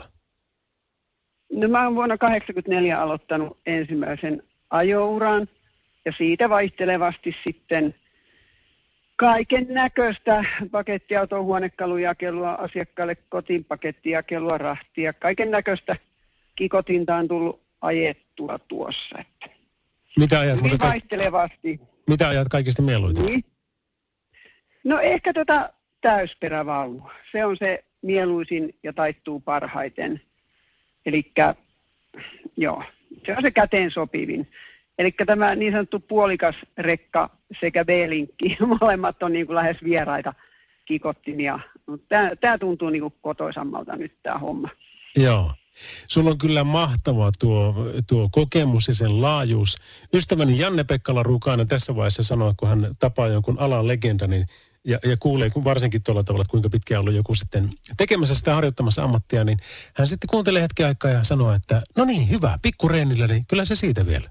No mä oon vuonna kahdeksankymmentäneljä aloittanut ensimmäisen ajouran ja siitä vaihtelevasti sitten kaiken näköistä pakettiautoa, huonekalujakelua, asiakkaille kotiin pakettijakelua, rahtia, kaiken näköistä kikotinta on tullut ajettua tuossa. Että Mitä ajat, hyvin ka- vaihtelevasti. Mitä ajat kaikista mieluiten? Niin. No ehkä tota täysperävaunua. Se on se mieluisin ja taittuu parhaiten. Elikkä joo, se on se käteen sopivin. Eli tämä niin sanottu puolikas rekka sekä B-linkki, molemmat on niin kuin lähes vieraita kikottimia. Tämä, tämä tuntuu niin kuin kotoisammalta nyt tämä homma. Joo. Sulla on kyllä mahtava tuo, tuo kokemus ja sen laajuus. Ystäväni Janne-Pekkala Ruukainen tässä vaiheessa sanoi, kun hän tapaa jonkun alan legenda, niin ja, ja kuulee varsinkin tuolla tavalla, että kuinka pitkään on ollut joku sitten tekemässä sitä harjoittamassa ammattia, niin hän sitten kuuntelee hetken aikaa ja sanoo, että no niin, hyvä, pikkureenillä, niin kyllä se siitä vielä.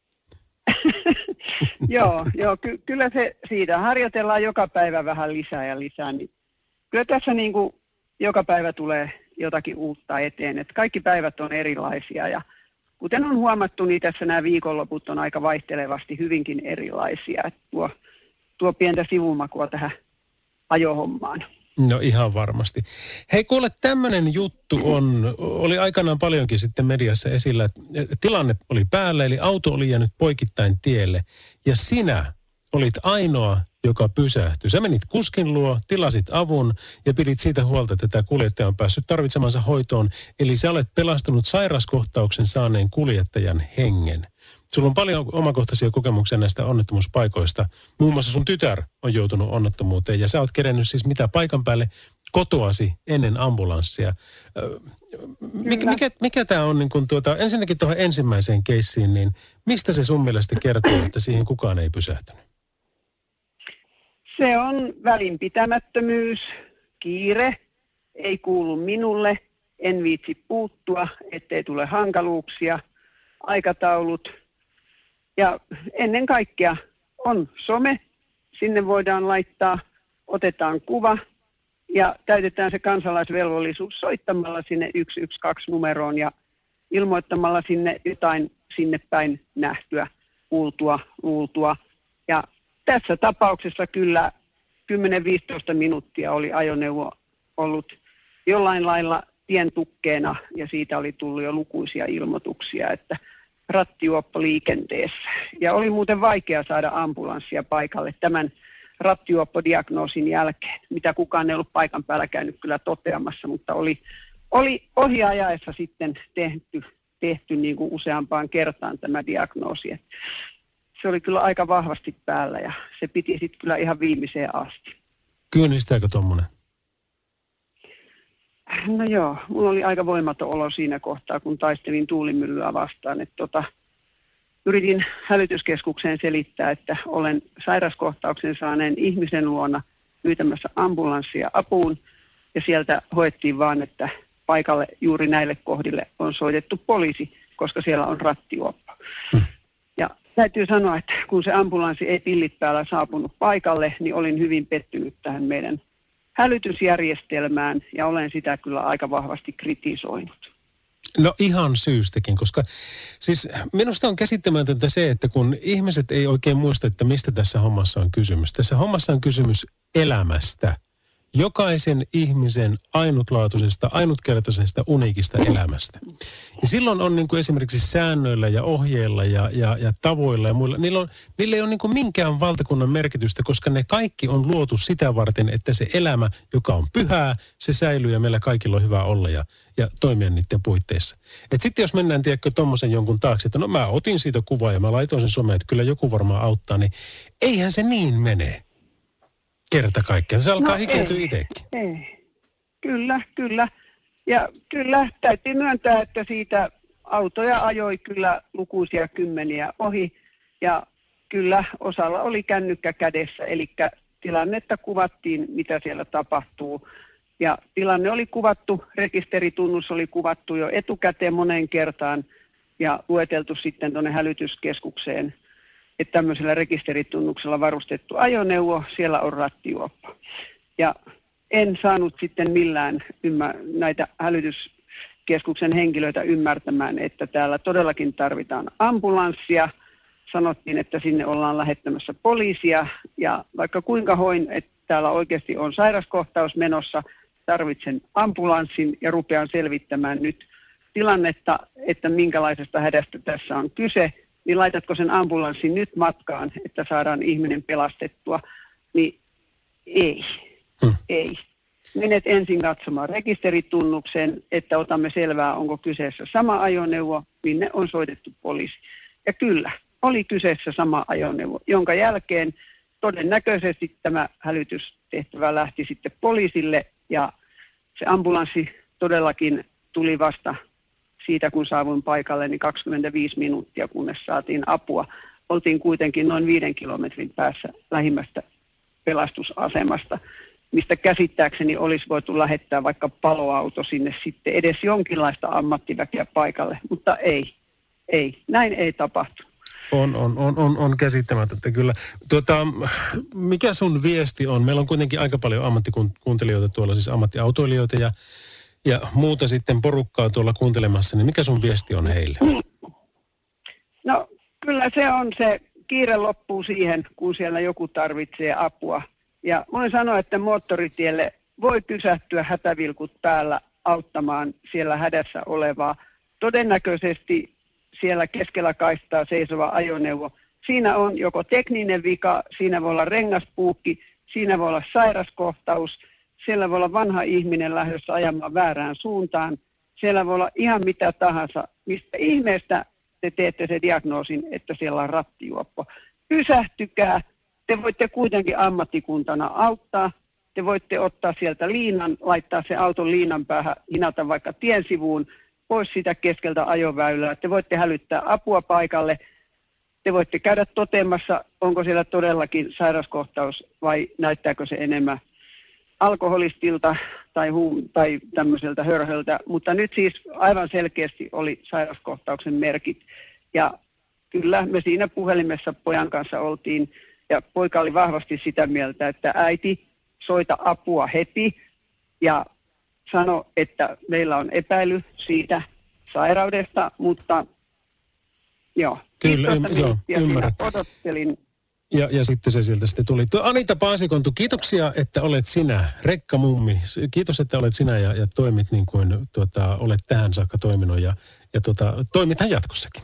joo, joo ky- kyllä se siitä. Harjoitellaan joka päivä vähän lisää ja lisää, niin kyllä tässä niin kuin joka päivä tulee jotakin uutta eteen, että kaikki päivät on erilaisia ja kuten on huomattu, niin tässä nämä viikonloput on aika vaihtelevasti hyvinkin erilaisia, että tuo, tuo pientä sivumakua tähän ajohommaan. No ihan varmasti. Hei kuule, tämmöinen juttu on, oli aikanaan paljonkin sitten mediassa esillä, että tilanne oli päällä, eli auto oli jäänyt poikittain tielle ja sinä olit ainoa, joka pysähtyi. Sä menit kuskin luo, tilasit avun ja pidit siitä huolta, että tämä kuljettaja on päässyt tarvitsemansa hoitoon. Eli sä olet pelastanut sairaskohtauksen saaneen kuljettajan hengen. Sulla on paljon omakohtaisia kokemuksia näistä onnettomuuspaikoista. Muun muassa sun tytär on joutunut onnettomuuteen ja sä oot kerennyt siis mitä paikan päälle kotoasi ennen ambulanssia. Mikä, mikä, mikä tämä on niin kun tuota, ensinnäkin tuohon ensimmäiseen keissiin, niin mistä se sun mielestä kertoo, että siihen kukaan ei pysähtynyt? Se on välinpitämättömyys, kiire, ei kuulu minulle, en viitsi puuttua, ettei tule hankaluuksia, aikataulut ja ennen kaikkea on some, sinne voidaan laittaa, otetaan kuva ja täytetään se kansalaisvelvollisuus soittamalla sinne yksi yksi kaksi numeroon ja ilmoittamalla sinne jotain sinne päin nähtyä, kuultua, luultua ja tässä tapauksessa kyllä kymmenen viisitoista minuuttia oli ajoneuvo ollut jollain lailla tien tukkeena ja siitä oli tullut jo lukuisia ilmoituksia, että rattijuoppo liikenteessä. Ja oli muuten vaikea saada ambulanssia paikalle tämän rattijuoppodiagnoosin jälkeen, mitä kukaan ei ollut paikan päällä käynyt kyllä toteamassa, mutta oli, oli ohjaajaessa sitten tehty, tehty niin kuin useampaan kertaan tämä diagnoosi. Se oli kyllä aika vahvasti päällä ja se piti sitten kyllä ihan viimeiseen asti. Kyynistääkö tommonen? No joo, mulla oli aika voimaton olo siinä kohtaa, kun taistelin tuulimyllyä vastaan. Että tota, yritin hälytyskeskukseen selittää, että olen sairaskohtauksen saaneen ihmisen luona pyytämässä ambulanssia apuun. Ja sieltä hoettiin vaan, että paikalle juuri näille kohdille on soitettu poliisi, koska siellä on rattijuoppo. Hmm. Ja täytyy sanoa, että kun se ambulanssi ei pillit päällä saapunut paikalle, niin olin hyvin pettynyt tähän meidän hälytysjärjestelmään ja olen sitä kyllä aika vahvasti kritisoinut. No ihan syystäkin, koska siis minusta on käsittämätöntä se, että kun ihmiset ei oikein muista, että mistä tässä hommassa on kysymys. Tässä hommassa on kysymys elämästä. Jokaisen ihmisen ainutlaatuisesta, ainutkertaisesta, uniikista elämästä. Ja silloin on niin kuin esimerkiksi säännöillä ja ohjeilla ja, ja, ja tavoilla ja muilla, niillä, on, niillä ei ole niin kuin minkään valtakunnan merkitystä, koska ne kaikki on luotu sitä varten, että se elämä, joka on pyhää, se säilyy ja meillä kaikilla on hyvä olla ja, ja toimia niiden puitteissa. Et sitten jos mennään, tiedätkö, tommosen jonkun taakse, että no mä otin siitä kuvaa ja mä laitoin sen someen, että kyllä joku varmaan auttaa, niin eihän se niin mene. Kerta kaikkiaan. Se alkaa no hikentyä itsekin. Ei. Kyllä, kyllä. Ja kyllä täytyy myöntää, että siitä autoja ajoi kyllä lukuisia kymmeniä ohi. Ja kyllä osalla oli kännykkä kädessä, eli tilannetta kuvattiin, mitä siellä tapahtuu. Ja tilanne oli kuvattu, rekisteritunnus oli kuvattu jo etukäteen moneen kertaan ja lueteltu sitten tuonne hälytyskeskukseen, että tämmöisellä rekisteritunnuksella varustettu ajoneuvo, siellä on rattijuoppo. Ja en saanut sitten millään ymmär- näitä hälytyskeskuksen henkilöitä ymmärtämään, että täällä todellakin tarvitaan ambulanssia. Sanottiin, että sinne ollaan lähettämässä poliisia ja vaikka kuinka hoin, että täällä oikeasti on sairaskohtaus menossa, tarvitsen ambulanssin ja rupean selvittämään nyt tilannetta, että minkälaisesta hädästä tässä on kyse, niin laitatko sen ambulanssin nyt matkaan, että saadaan ihminen pelastettua, niin ei, hmm. ei. Menet ensin katsomaan rekisteritunnuksen, että otamme selvää, onko kyseessä sama ajoneuvo, minne on soitettu poliisi. Ja kyllä, oli kyseessä sama ajoneuvo, jonka jälkeen todennäköisesti tämä hälytystehtävä lähti sitten poliisille ja se ambulanssi todellakin tuli vasta siitä, kun saavuin paikalle, niin kaksikymmentäviisi minuuttia, kunnes saatiin apua. Oltiin kuitenkin noin viiden kilometrin päässä lähimmästä pelastusasemasta, mistä käsittääkseni olisi voitu lähettää vaikka paloauto sinne sitten edes jonkinlaista ammattiväkeä paikalle, mutta ei, ei, näin ei tapahtu. On, on, on, on, on käsittämätöntä kyllä. Tuota, mikä sun viesti on? Meillä on kuitenkin aika paljon ammattikuuntelijoita tuolla, siis ammattiautoilijoita ja, ja muuta sitten porukkaa tuolla kuuntelemassa, niin mikä sun viesti on heille? No kyllä se on se, kiire loppuu siihen, kun siellä joku tarvitsee apua. Ja voin sanoa, että moottoritielle voi pysähtyä hätävilkut päällä auttamaan siellä hädässä olevaa. Todennäköisesti siellä keskellä kaistaa seisova ajoneuvo. Siinä on joko tekninen vika, siinä voi olla rengaspuukki, siinä voi olla sairaskohtaus, siellä voi olla vanha ihminen lähdössä ajamaan väärään suuntaan, siellä voi olla ihan mitä tahansa, mistä ihmeestä te teette se diagnoosin, että siellä on rattijuoppo. Pysähtykää, te voitte kuitenkin ammattikuntana auttaa, te voitte ottaa sieltä liinan, laittaa se auton liinan päähän, hinata vaikka tien sivuun, pois sitä keskeltä ajoväylää. Te voitte hälyttää apua paikalle. Te voitte käydä toteamassa, onko siellä todellakin sairaskohtaus vai näyttääkö se enemmän alkoholistilta tai, huum- tai tämmöiseltä hörhöltä. Mutta nyt siis aivan selkeästi oli sairaskohtauksen merkit. Ja kyllä me siinä puhelimessa pojan kanssa oltiin ja poika oli vahvasti sitä mieltä, että äiti, soita apua heti ja sano, että meillä on epäily siitä sairaudesta, mutta joo, kyllä, y- joo ymmärrän. Odottelin. Ja, ja sitten se sieltä sitten tuli. Tuo Anita Paasikontu, kiitoksia, että olet sinä, rekkamummi. Kiitos, että olet sinä ja, ja toimit niin kuin tuota, olet tähän saakka toiminut ja, ja tuota, toimithan jatkossakin.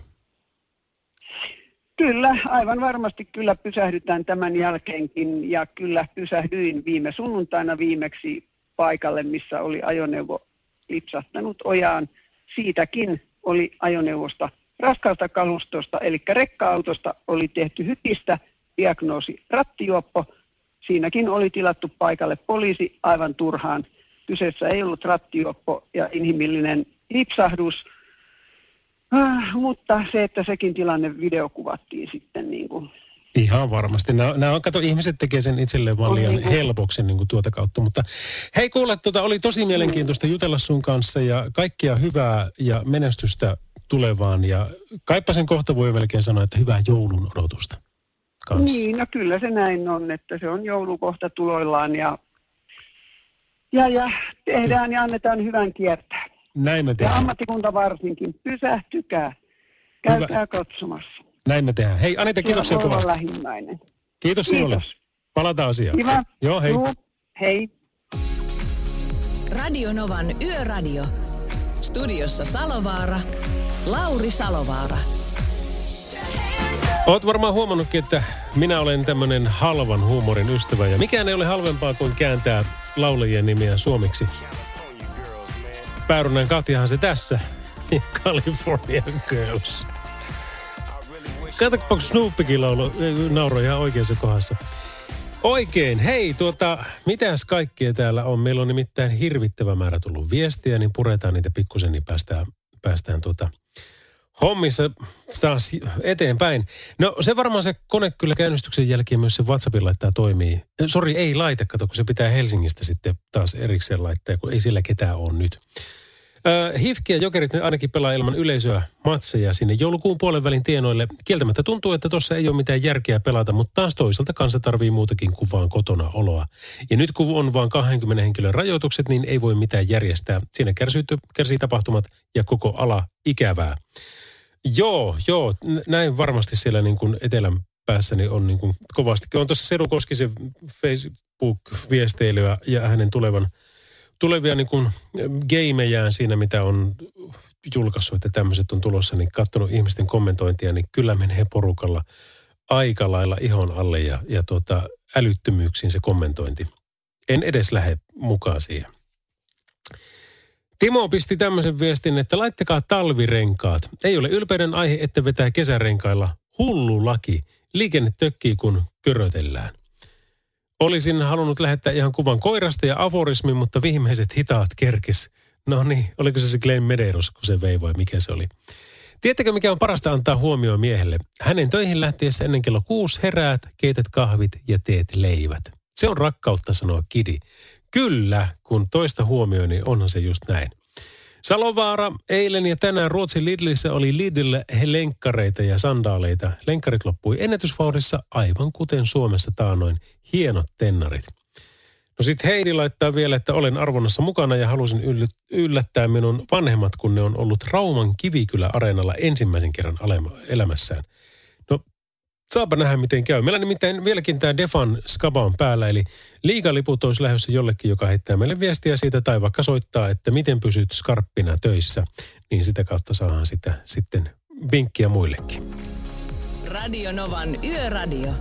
Kyllä, aivan varmasti kyllä pysähdytään tämän jälkeenkin ja kyllä pysähdyin viime sunnuntaina viimeksi paikalle, missä oli ajoneuvo lipsahtanut ojaan. Siitäkin oli ajoneuvosta raskaalta kalustosta, eli rekka-autosta oli tehty hytistä, diagnoosi rattijuoppo. Siinäkin oli tilattu paikalle poliisi aivan turhaan. Kyseessä ei ollut rattijuoppo ja inhimillinen lipsahdus, ah, mutta se, että sekin tilanne videokuvattiin sitten niin kuin. Ihan varmasti. Nämä, nämä on, kato, ihmiset tekee sen itselleen vaan liian niin helpoksi niin kuin tuota kautta. Mutta hei kuule, tuota, oli tosi mielenkiintoista jutella sun kanssa ja kaikkia hyvää ja menestystä tulevaan. Ja kaipa sen kohta voi melkein sanoa, että hyvää joulun odotusta kanssa. Niin, no kyllä se näin on, että se on joulukohta tuloillaan ja, ja, ja tehdään ja annetaan hyvän kiertää. Näin me tehdään. Ja ammattikunta varsinkin. Pysähtykää. Käykää hyvä katsomassa. Näin me tehdään. Hei Anita, kiitoksia kovasti. Lähimmäinen. Kiitos sinulle. Palataan asiaan. Kiva. Joo, hei. Joo, hei. Radio Novan Yöradio. Studiossa Salovaara. Lauri Salovaara. Oot varmaan huomannutkin, että minä olen tämmönen halvan huumorin ystävä. Ja mikään ei ole halvempaa kuin kääntää laulajien nimiä suomeksi. Päärynän Katjahan se tässä. Ja California Girls. Katsokapa, kun Snoopikin laulo, nauroi ihan oikeassa kohdassa. Oikein. Hei, tuota, mitäs kaikkea täällä on? Meillä on nimittäin hirvittävä määrä tullut viestiä, niin puretaan niitä pikkusen, niin päästään, päästään tuota hommissa taas eteenpäin. No se varmaan se kone kyllä käynnistyksen jälkeen myös se WhatsAppin laittaa toimii. Sori, ei laite, kato, kun se pitää Helsingistä sitten taas erikseen laittaa, kun ei sillä ketään ole nyt. Äh, H I F K ja Jokerit ne ainakin pelaa ilman yleisöä matseja sinne joulukuun puolen välin tienoille. Kieltämättä tuntuu, että tuossa ei ole mitään järkeä pelata, mutta taas toisaalta kansa tarvii muutakin kuin vaan kotona oloa. Ja nyt kun on vaan kaksikymmentä henkilön rajoitukset, niin ei voi mitään järjestää. Siinä kärsii, kärsii tapahtumat ja koko ala ikävää. Joo, joo, näin varmasti siellä niin kuin etelän päässäni on niin kuin kovasti. On tuossa Seru Koskisen Facebook-viesteilyä ja hänen tulevan tulevia niin kuin gamejään siinä, mitä on julkaissut, että tämmöiset on tulossa, niin katsonut ihmisten kommentointia, niin kyllä menee porukalla aika lailla ihon alle ja, ja tuota, älyttömyyksiin se kommentointi. En edes lähde mukaan siihen. Timo pisti tämmöisen viestin, että laittakaa talvirenkaat. Ei ole ylpeyden aihe, että vetää kesärenkailla. Hullu laki. Liikenne tökkii, kun körötellään. Olisin halunnut lähettää ihan kuvan koirasta ja aforismin, mutta viimeiset hitaat kerkes. No niin, oliko se se Glenn Medeiros, kun se vei vai mikä se oli? Tiedättekö, mikä on parasta antaa huomioon miehelle? Hänen töihin lähtiessä ennen kello kuusi heräät, keität kahvit ja teet leivät. Se on rakkautta, sanoo Kidi. Kyllä, kun toista huomioi, niin onhan se just näin. Salovaara, eilen ja tänään Ruotsin Lidlissä oli Lidlille lenkkareita ja sandaaleita. Lenkkarit loppui ennätysvauhdissa aivan kuten Suomessa taanoin. Hienot tennarit. No sit Heidi laittaa vielä, että olen arvonnassa mukana ja halusin yllättää minun vanhemmat, kun ne on ollut Rauman Kivikylä-areenalla ensimmäisen kerran elämässään. No saapa nähdä miten käy. Meillä nimittäin vieläkin tämä Defan skaba on päällä, eli liigaliput olisi lähdössä jollekin, joka heittää meille viestiä siitä tai vaikka soittaa, että miten pysyt skarppina töissä, niin sitä kautta saadaan sitä sitten vinkkiä muillekin. Radio Novan Yöradio.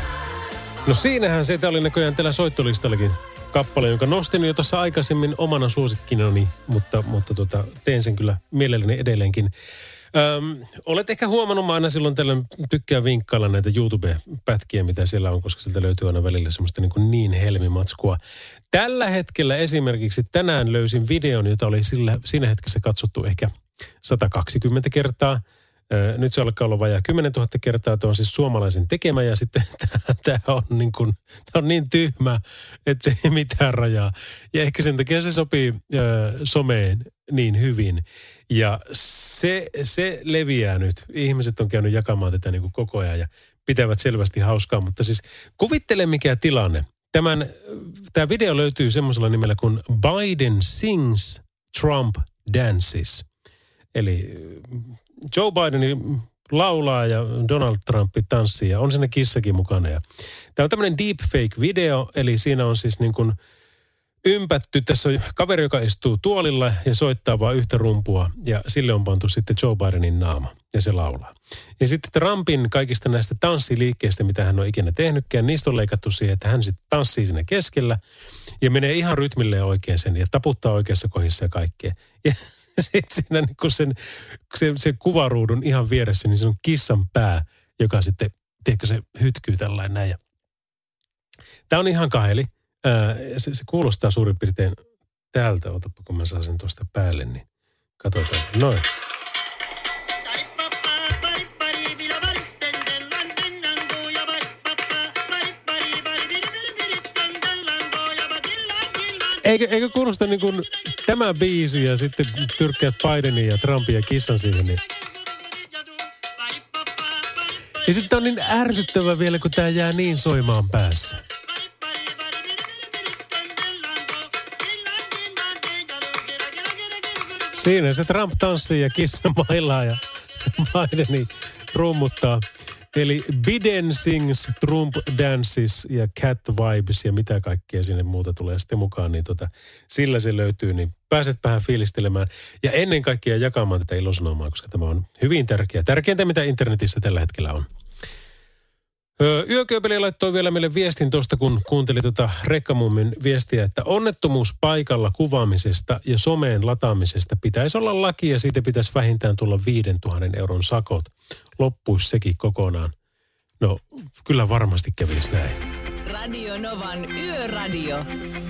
No siinähän se oli näköjään tällä soittolistallakin kappale, jonka nostin jo tuossa aikaisemmin omana suosikkinani, mutta, mutta tota, teen sen kyllä mielelläni edelleenkin. Öm, olet ehkä huomannut, mä aina silloin tällöin tykkään vinkkailla näitä YouTube-pätkiä, mitä siellä on, koska sieltä löytyy aina välillä semmoista niin, kuin niin helmimatskua. Tällä hetkellä esimerkiksi tänään löysin videon, jota oli sillä, siinä hetkessä katsottu ehkä sata kaksikymmentä kertaa. Nyt se alkaa olla vajaa kymmenentuhatta kertaa. Tuo on siis suomalaisen tekemä ja sitten tämä on, niin kuin, on niin tyhmä, että ei mitään rajaa. Ja ehkä sen takia se sopii ö, someen niin hyvin. Ja se, se leviää nyt. Ihmiset on käynyt jakamaan tätä niin kuin koko ajan ja pitävät selvästi hauskaa. Mutta siis kuvittele mikä tilanne. Tämän, tämä video löytyy semmoisella nimellä kuin Biden Sings, Trump Dances. Eli Joe Biden laulaa ja Donald Trump tanssii ja on siinä kissakin mukana. Ja tämä on tämmöinen deepfake-video, eli siinä on siis niin kuin ympätty. Tässä on kaveri, joka istuu tuolilla ja soittaa vaan yhtä rumpua ja sille on pantu sitten Joe Bidenin naama ja se laulaa. Ja sitten Trumpin kaikista näistä tanssiliikkeistä, mitä hän on ikinä tehnytkään, niistä on leikattu siihen, että hän sitten tanssii siinä keskellä ja menee ihan rytmilleen oikein sen ja taputtaa oikeassa kohdissa ja kaikkea. Ja sitten siinä niin kun sen, se, se kuvaruudun ihan vieressä, niin se on kissan pää, joka sitten, tiedätkö, se hytkyy tällainen näin. Tämä on ihan kaheli. Ää, se, se kuulostaa suurin piirtein täältä. Otapa, kun mä saan sen tuosta päälle, niin katsotaan. Noin. Eikö, eikö kuulosta niin kuin tämä biisi ja sitten tyrkkäät Bidenin ja Trumpin ja kissan siihen? Niin. Ja sitten on niin ärsyttävä vielä, kun tämä jää niin soimaan päässä. Siinä se Trump tanssii ja kissa mailaa ja Bideni rummuttaa. Eli Biden Sings, Trump Dances ja Cat Vibes ja mitä kaikkea sinne muuta tulee sitten mukaan, niin tota, sillä se löytyy, niin pääset vähän fiilistelemään ja ennen kaikkea jakamaan tätä ilosanomaa, koska tämä on hyvin tärkeää. Tärkeintä, mitä internetissä tällä hetkellä on. Yökööpeli laittoi vielä meille viestin tuosta, kun kuunteli tuota Rekkamummin viestiä, että onnettomuuspaikalla kuvaamisesta ja someen lataamisesta pitäisi olla laki ja siitä pitäisi vähintään tulla viidentuhannen euron sakot. Loppuisi sekin kokonaan. No, kyllä varmasti kävisi näin. Radio Novan Yöradio.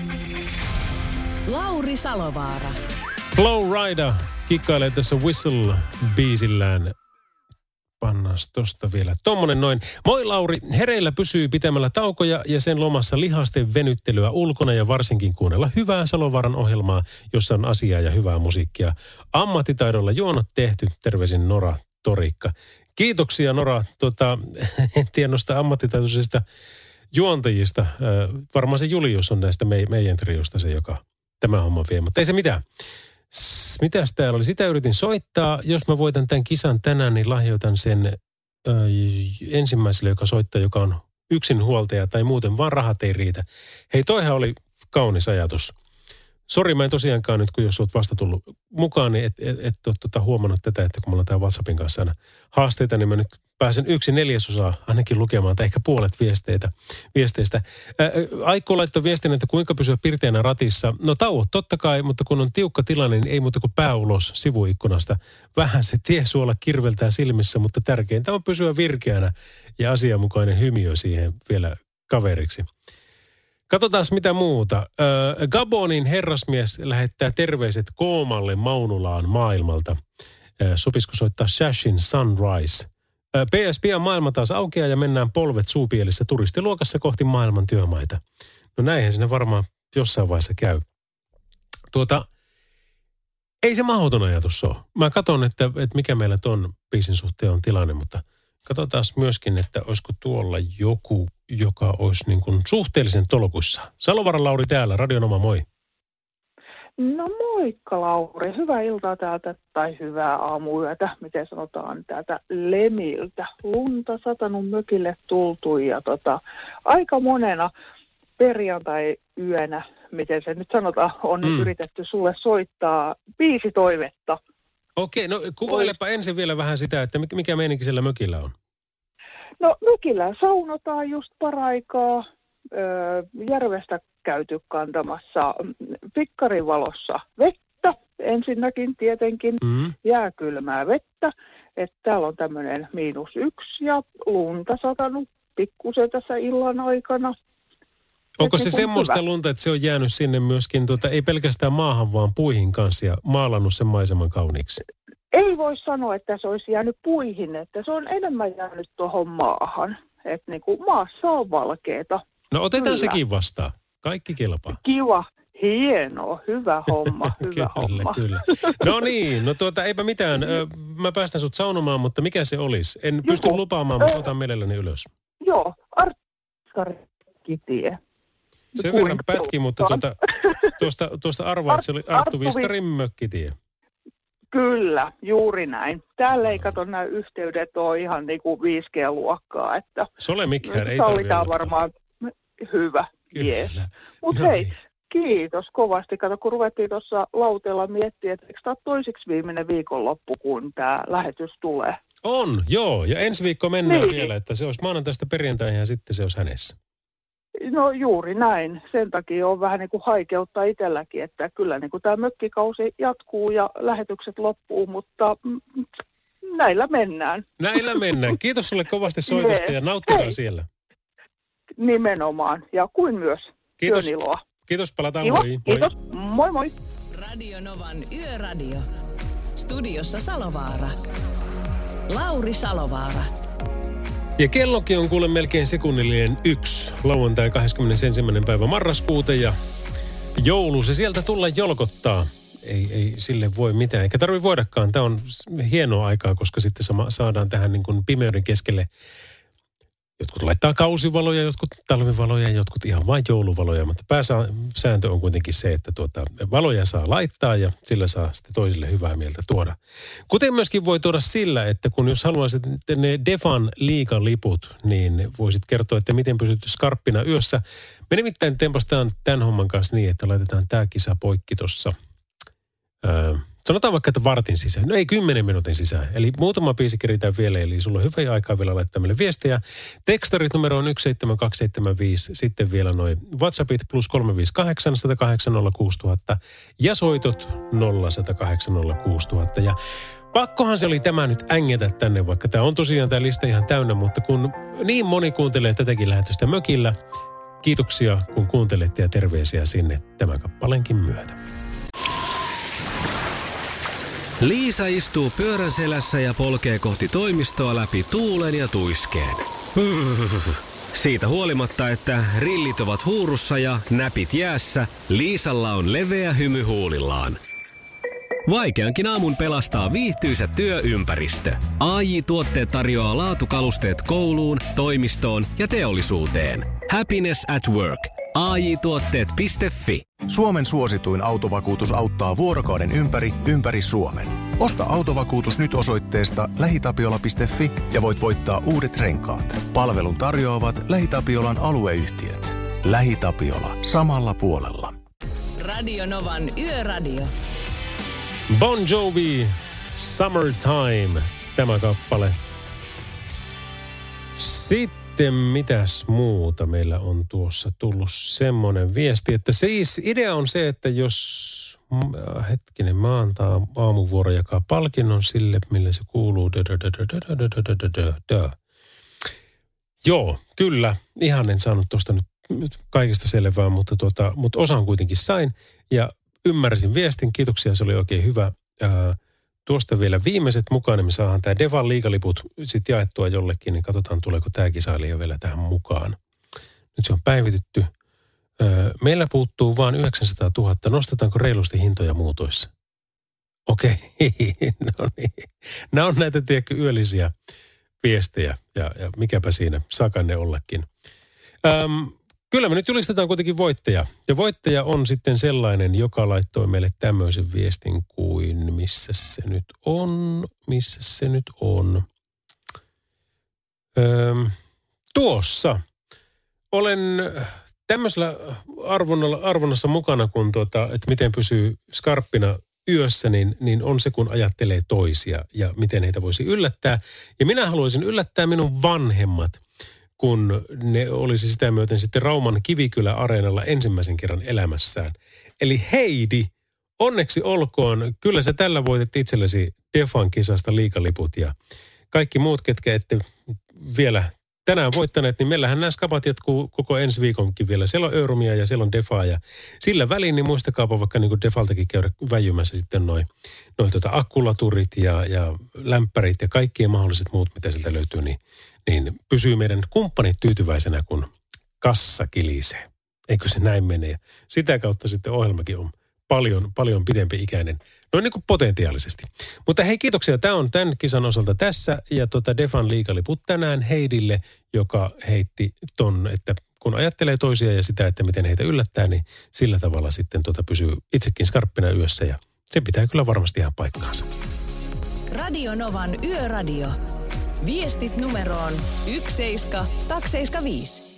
Lauri Salovaara. Flow Rider kikkailee tässä Whistle-biisillään. Pannas tosta vielä tommonen noin. Moi Lauri, hereillä pysyy pitämällä taukoja ja sen lomassa lihasten venyttelyä ulkona ja varsinkin kuunnella hyvää Salovaaran ohjelmaa, jossa on asiaa ja hyvää musiikkia. Ammattitaidolla juonot tehty. Terveisin Nora Torikka. Kiitoksia Nora, tota, en tiedä noista ammattitaitoisista juontajista. Äh, varmaan se Julius on näistä me, meidän triosta se, joka tämä homma vie, mutta ei se mitään. Mitäs täällä oli? Sitä yritin soittaa. Jos mä voitan tämän kisan tänään, niin lahjoitan sen ö, ensimmäiselle, joka soittaa, joka on yksinhuoltaja tai muuten vaan rahat ei riitä. Hei, toihan oli kaunis ajatus. Sori, mä en tosiaankaan nyt, kun jos olet vasta tullut mukaan, niin et, et, et ole tuota huomannut tätä, että kun mulla on tää WhatsAppin kanssa aina haasteita, niin mä nyt pääsen yksi neljäsosaa ainakin lukemaan, tai ehkä puolet viesteitä, viesteistä. Ää, Aikko laittoi viestin, että kuinka pysyä pirteänä ratissa. No tauot totta kai, mutta kun on tiukka tilanne, niin ei muuta kuin pää ulos sivuikkunasta. Vähän se tiesuola kirveltää silmissä, mutta tärkeintä on pysyä virkeänä ja asianmukainen hymiö siihen vielä kaveriksi. Katsotaan mitä muuta. Ö, Gabonin herrasmies lähettää terveiset Koomalle Maunulaan maailmalta. Ö, sopisiko soittaa Shashin Sunrise? P S pian maailma taas aukeaa ja mennään polvet suupielissä turistiluokassa kohti maailman työmaita. No näinhän siinä varmaan jossain vaiheessa käy. Tuota, ei se mahdoton ajatus ole. Mä katson, että, että mikä meillä ton biisin suhteen on tilanne, mutta katsotaan myöskin, että olisiko tuolla joku, joka olisi niin kuin suhteellisen tolkuissa. Salovaaran Lauri täällä, Radio Nova, moi. No moikka Lauri, hyvää iltaa täältä, tai hyvää aamuyötä, miten sanotaan, täältä Lemiltä. Lunta satanut mökille tultu ja tota, aika monena perjantai-yönä, miten se nyt sanotaan, on mm. yritetty sulle soittaa biisitoivetta. Okei, no kuvailepa ensin vielä vähän sitä, että mikä meininki siellä mökillä on. No mökillä saunotaan just paraikaa, öö, järvestä käyty kantamassa pikkarin valossa vettä, ensinnäkin tietenkin mm. jääkylmää vettä, että täällä on tämmöinen miinus yksi ja lunta satanut pikkusen tässä illan aikana. Onko Et se niin semmoista hyvä. lunta, että se on jäänyt sinne myöskin, tuota, ei pelkästään maahan, vaan puihin kanssa ja maalannut sen maiseman kauniiksi? Ei voi sanoa, että se olisi jäänyt puihin, että se on enemmän jäänyt tuohon maahan. Että niin kuin maassa on valkeeta. No otetaan Kyllä. sekin vastaan. Kaikki kelpaa. Kiva, hienoa, hyvä homma, hyvä kyllä, homma. Kyllä. No niin, no tuota eipä mitään. Ö, mä päästän sut saunomaan, mutta mikä se olisi? En Joku. pysty lupaamaan, mutta otan mielelläni ylös. Joo, Arttu-Viskarin-tie. Sen verran pätki, mutta tuota, tuosta, tuosta arvaa, että se oli Arttu Viskarin mökkitie. Kyllä, juuri näin. Täällä ei kato nämä yhteydet ole ihan niin kuin viisi G-luokkaa, että Solemikään ei sallitaan varmaan hyvä. Yes. Mutta No hei, niin. kiitos kovasti. Kato, kun ruvettiin tuossa lauteella miettiä, että eikö tämä toiseksi viimeinen viikonloppu, kun tämä lähetys tulee. On, joo. Ja ensi viikko mennään Niin. vielä, että se olisi maanantaista perjantaihin ja sitten se olisi hänessä. No juuri näin. Sen takia on vähän niin kuin haikeutta itselläkin, että kyllä niin kuin tämä mökkikausi jatkuu ja lähetykset loppuu, mutta mm, näillä mennään. Näillä mennään. Kiitos sulle kovasti soitosta ja nauttikaa Hei. siellä. Nimenomaan. Ja kuin myös Kiitos. työn iloa. Kiitos, palataan. Kiva, Moi. Moi. kiitos. Moi moi. Radio Novan Yöradio. Studiossa Salovaara. Lauri Salovaara. Ja kellokin on kuule melkein sekunnillinen yksi. Lauantai kahdeskymmenesensimmäinen päivä marraskuuta ja joulu se sieltä tulla jolkottaa. Ei, ei sille voi mitään, eikä tarvitse voidakaan. Tämä on hienoa aikaa, koska sitten sama, saadaan tähän niin kuin pimeyden keskelle. Jotkut laittaa kausivaloja, jotkut talvivaloja, jotkut ihan vain jouluvaloja, mutta pääsääntö on kuitenkin se, että tuota, valoja saa laittaa ja sillä saa sitten toisille hyvää mieltä tuoda. Kuten myöskin voi tuoda sillä, että kun jos haluaisit ne Defan liigaliput, niin voisit kertoa, että miten pysyt skarppina yössä. Me nimittäin tempastaan tämän homman kanssa niin, että laitetaan tämä kisa poikki tuossa. Öö, Sanotaan vaikka, että vartin sisään. No ei, kymmenen minuutin sisään. Eli muutama biisi keritään vielä, eli sulla on hyvä aikaa vielä laittaa meille viestejä. Tekstarit numero on yksi seitsemän kaksi seitsemän viisi, sitten vielä noin WhatsAppit plus kolme viisi kahdeksan, yksi nolla kahdeksan nolla kuusi nolla nolla nolla ja soitot nolla yksi nolla kahdeksan nolla kuusi nolla nolla nolla. Ja pakkohan se oli tämä nyt ängetä tänne, vaikka tämä on tosiaan tämä lista ihan täynnä, mutta kun niin moni kuuntelee tätäkin lähetystä mökillä, kiitoksia kun kuuntelette ja terveisiä sinne tämän kappaleenkin myötä. Liisa istuu pyörän selässä ja polkee kohti toimistoa läpi tuulen ja tuiskeen. Siitä huolimatta, että rillit ovat huurussa ja näpit jäässä, Liisalla on leveä hymy huulillaan. Vaikeankin aamun pelastaa viihtyisä työympäristö. A J-tuotteet tarjoaa laatukalusteet kouluun, toimistoon ja teollisuuteen. Happiness at work. A J tuotteet piste fi. Suomen suosituin autovakuutus auttaa vuorokauden ympäri, ympäri Suomen. Osta autovakuutus nyt osoitteesta lähitapiola piste fi ja voit voittaa uudet renkaat. Palvelun tarjoavat LähiTapiolan alueyhtiöt. LähiTapiola. Samalla puolella. Radio Novan Yöradio. Bon Jovi, Summertime, tämä kappale. Sitten mitäs muuta meillä on tuossa tullut semmoinen viesti, että siis idea on se, että jos hetkinen maantaa aamuvuoro jakaa palkinnon sille, millä se kuuluu. Joo, kyllä. Ihan en saanut tuosta nyt, nyt kaikesta selvää, mutta, tuota, mutta osan kuitenkin sain ja ymmärsin viestin. Kiitoksia, se oli oikein hyvä. Ää, tuosta vielä viimeiset mukaan, niin me saadaan tämä Devan liigaliput sitten jaettua jollekin, niin katsotaan tuleeko tämä kisailija vielä tähän mukaan. Nyt se on päivitetty. Meillä puuttuu vain yhdeksänsataatuhatta. Nostetaanko reilusti hintoja muutoissa? Okei, no niin. Nämä on näitä, tiedätkö, yöllisiä viestejä ja, ja mikäpä siinä, saakaan ne ollakin. Öm, kyllä me nyt julistetaan kuitenkin voittaja. Ja voittaja on sitten sellainen, joka laittoi meille tämmöisen viestin kuin, missä se nyt on, missä se nyt on. Öm, tuossa. Olen tämmöisellä arvonnassa mukana, kun tuota, että miten pysyy skarppina yössä, niin, niin on se, kun ajattelee toisia ja miten heitä voisi yllättää. Ja minä haluaisin yllättää minun vanhemmat, kun ne olisi sitä myöten sitten Rauman Kivikylä-areenalla ensimmäisen kerran elämässään. Eli Heidi, onneksi olkoon, kyllä sä tällä voitit itsellesi Defan kisasta liigaliput ja kaikki muut, ketkä ette vielä tänään voittaneet, niin meillähän nämä skapat jatkuu koko ensi viikonkin vielä. Siellä on Euromia ja siellä on Defaa ja sillä väliin niin muistakaapa vaikka niin kuin Defaltakin käydä väijymässä sitten noin noi tota akkulaturit ja, ja lämpärit ja kaikki mahdolliset muut, mitä sieltä löytyy, niin, niin pysyy meidän kumppanit tyytyväisenä, kun kassa kilisee. Eikö se näin mene? Ja sitä kautta sitten ohjelmakin on paljon, paljon pidempi ikäinen, noin niin kuin potentiaalisesti. Mutta hei, kiitoksia. Tämä on tämän kisan osalta tässä ja tota Defan liigaliput tänään Heidille, joka heitti ton, että kun ajattelee toisia ja sitä, että miten heitä yllättää, niin sillä tavalla sitten tota pysyy itsekin skarppina yössä ja se pitää kyllä varmasti ihan paikkaansa. Radio Novan Yöradio. Viestit numeroon yksi seitsemän kaksi seitsemän viisi.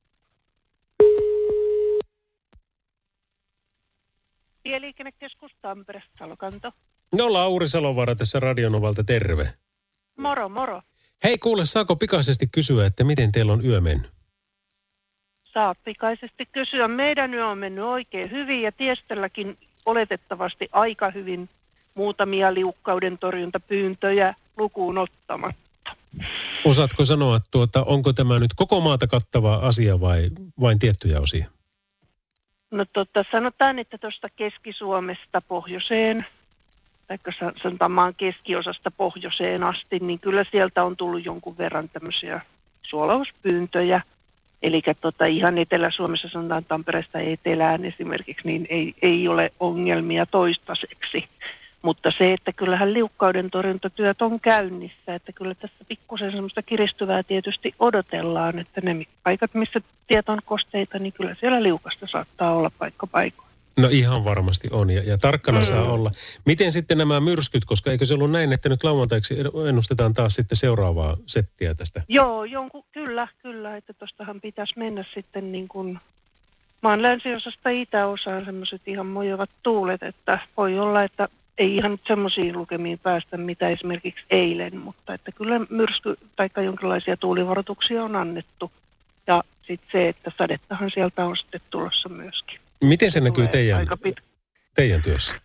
Tieliikennekeskus Tampere, Salokanto. No Lauri Salovaara tässä Radio Novalta, terve. Moro, moro. Hei kuule, saako pikaisesti kysyä, että miten teillä on yö mennyt? Saa pikaisesti kysyä. Meidän yö on mennyt oikein hyvin ja tiestölläkin oletettavasti aika hyvin muutamia liukkauden torjuntapyyntöjä lukuun ottamatta. Osaatko sanoa, että tuota, onko tämä nyt koko maata kattava asia vai vain tiettyjä osia? No tota, sanotaan, että tuosta Keski-Suomesta pohjoiseen, tai sanotaan maan keskiosasta pohjoiseen asti, niin kyllä sieltä on tullut jonkun verran tämmöisiä suolauspyyntöjä. Eli tota, ihan Etelä-Suomessa, sanotaan Tampereesta etelään esimerkiksi, niin ei, ei ole ongelmia toistaiseksi. Mutta se, että kyllähän liukkauden torjuntatyöt on käynnissä, että kyllä tässä pikkusen semmoista kiristyvää tietysti odotellaan, että ne paikat, missä tieto on kosteita, niin kyllä siellä liukasta saattaa olla paikka paikoin. No ihan varmasti on ja, ja tarkkana mm. saa olla. Miten sitten nämä myrskyt, koska eikö se ollut näin, että nyt lauantaiksi ennustetaan taas sitten seuraavaa settiä tästä? Joo, jonkun, kyllä, kyllä, että tuostahan pitäisi mennä sitten niin kuin maan länsiosasta itäosaan semmoiset ihan mojovat tuulet, että voi olla, että ei ihan nyt semmoisiin lukemiin päästä, mitä esimerkiksi eilen, mutta että kyllä myrsky tai jonkinlaisia tuulivaroituksia on annettu. Ja sitten se, että sadettahan sieltä on sitten tulossa myöskin. Miten se, se näkyy teidän, teidän työssä?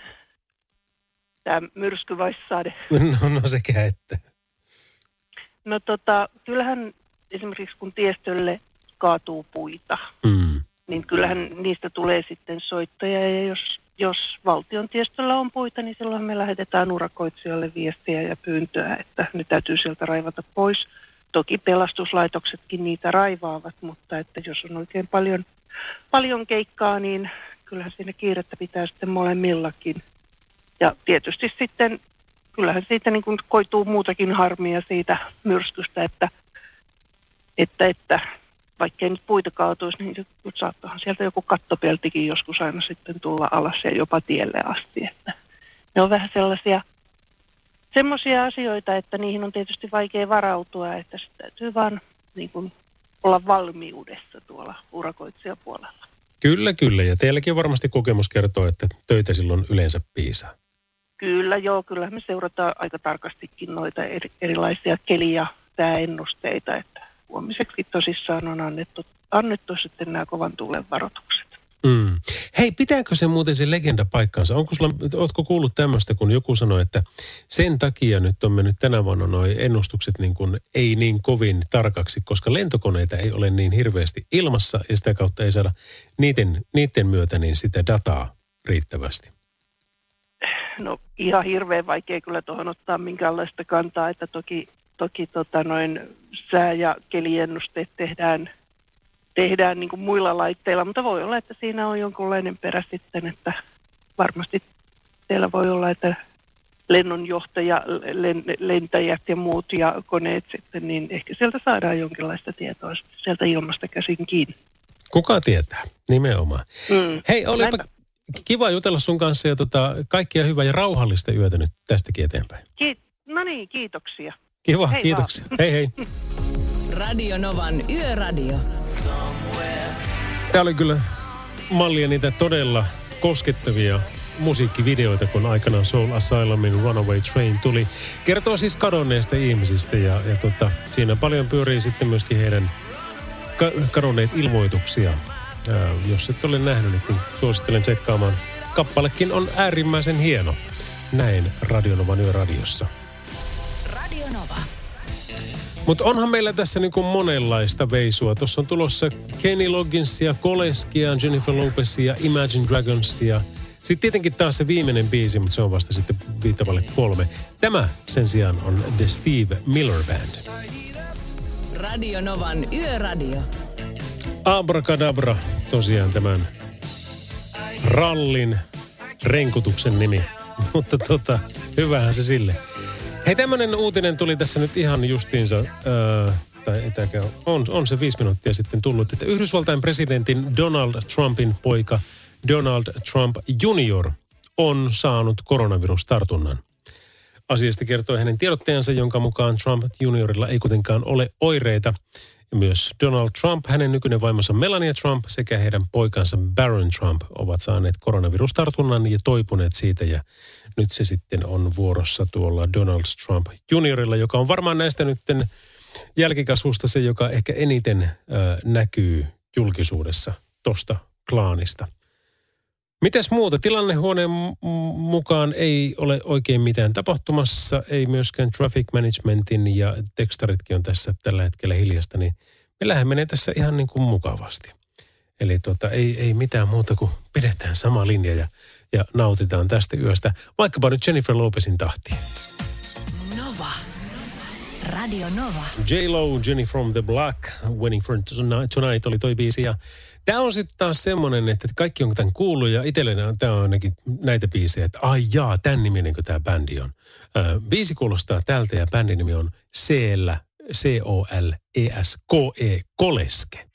Tämä myrsky vai sade? No, no sekä että. No tota, kyllähän esimerkiksi kun tiestölle kaatuu puita, mm. niin kyllähän niistä tulee sitten soittoja ja jos Jos valtion tiestöllä on puita, niin silloin me lähetetään urakoitsijalle viestiä ja pyyntöä, että ne täytyy sieltä raivata pois. Toki pelastuslaitoksetkin niitä raivaavat, mutta että jos on oikein paljon, paljon keikkaa, niin kyllähän siinä kiirettä pitää sitten molemmillakin. Ja tietysti sitten kyllähän siitä niin kuin koituu muutakin harmia siitä myrskystä, että, että, että vaikka ei nyt puita kaatuisi, niin saattaahan sieltä joku kattopeltikin joskus aina sitten tulla alas ja jopa tielle asti. Että ne on vähän sellaisia semmoisia asioita, että niihin on tietysti vaikea varautua, että sitä täytyy vaan niin kuin olla valmiudessa tuolla urakoitsijapuolella. Kyllä, kyllä. Ja teilläkin varmasti kokemus kertoo, että töitä silloin yleensä piisaa. Kyllä, joo. Kyllä me seurataan aika tarkastikin noita eri, erilaisia keli- ja sääennusteita, että huomiseksi tosissaan on annettu, annettu sitten nämä kovan tuulen varoitukset. Mm. Hei, pitääkö se muuten se legenda paikkaansa? Onko sulla, ootko kuullut tämmöistä, kun joku sanoi, että sen takia nyt on mennyt tänä vuonna nuo ennustukset niin kuin ei niin kovin tarkaksi, koska lentokoneita ei ole niin hirveästi ilmassa ja sitä kautta ei saada niiden, niiden myötä niin sitä dataa riittävästi? No ihan hirveän vaikea kyllä tuohon ottaa minkäänlaista kantaa, että toki, toki tota noin sää- ja keliennusteet tehdään, tehdään niin kuin muilla laitteilla, mutta voi olla, että siinä on jonkunlainen perä sitten, että varmasti teillä voi olla, että lennonjohtaja, len, lentäjät ja muut ja koneet sitten, niin ehkä sieltä saadaan jonkinlaista tietoa sieltä ilmasta käsin kiinni. Kuka tietää, nimenomaan. Mm. Hei, olipa Näinpä. kiva jutella sun kanssa ja tota, kaikkia hyvää ja rauhallista yötä nyt tästäkin eteenpäin. Kiit- no niin, kiitoksia. Kiva, hei kiitoksia. Vaan. Hei hei. Radio Novan Yöradio. Tämä oli kyllä mallia niitä todella koskettavia musiikkivideoita, kun aikanaan Soul Asylumin Runaway Train tuli. Kertoo siis kadonneista ihmisistä ja, ja tota, siinä paljon pyörii sitten myöskin heidän ka- kadonneet ilmoituksia. Ää, jos et ole nähnyt, niin suosittelen tsekkaamaan. Kappalekin on äärimmäisen hieno. Näin Radio Novan Yöradiossa. Radio Nova. Mutta onhan meillä tässä niinku monenlaista veisua. Tuossa on tulossa Kenny Logginsia, Koleskia, Jennifer Lopezia, Imagine Dragonsia. Sitten tietenkin taas se viimeinen biisi, mutta se on vasta sitten viittavalle kolme. Tämä sen sijaan on The Steve Miller Band. Radio Novan Yöradio. Abracadabra, tosiaan tämän rallin renkutuksen nimi. Mutta tota, hyvähän se sille. Hei, tämmönen uutinen tuli tässä nyt ihan justiinsa, ää, tai etäkään, on, on se viisi minuuttia sitten tullut, että Yhdysvaltain presidentin Donald Trumpin poika Donald Trump junior on saanut koronavirustartunnan. Asiasta kertoi hänen tiedottajansa, jonka mukaan Trump juniorilla ei kuitenkaan ole oireita. Myös Donald Trump, hänen nykyinen vaimonsa Melania Trump sekä heidän poikansa Barron Trump ovat saaneet koronavirustartunnan ja toipuneet siitä. Ja nyt se sitten on vuorossa tuolla Donald Trump juniorilla, joka on varmaan näistä nytten jälkikasvusta se, joka ehkä eniten äh, näkyy julkisuudessa tosta klaanista. Mitäs muuta? Tilannehuoneen mukaan ei ole oikein mitään tapahtumassa, ei myöskään traffic managementin ja tekstaritkin on tässä tällä hetkellä hiljasta, niin meillähän menee tässä ihan niin kuin mukavasti. Eli tuota, ei, ei mitään muuta kuin pidetään sama linja ja, ja nautitaan tästä yöstä, vaikkapa nyt Jennifer Lopezin tahtiin. Nova. Radio Nova. J-Lo, Jenny from the Block, Waiting for Tonight oli toi biisi ja tämä on sitten taas semmoinen, että kaikki on tämän kuullut ja itselleni tämä on ainakin näitä biisejä, että ai jaa, tämän nimenenkö tämä bändi on. Äh, biisi kuulostaa tältä ja bändin nimi on C-L, C-O-L-E-S-K-E, Koleske.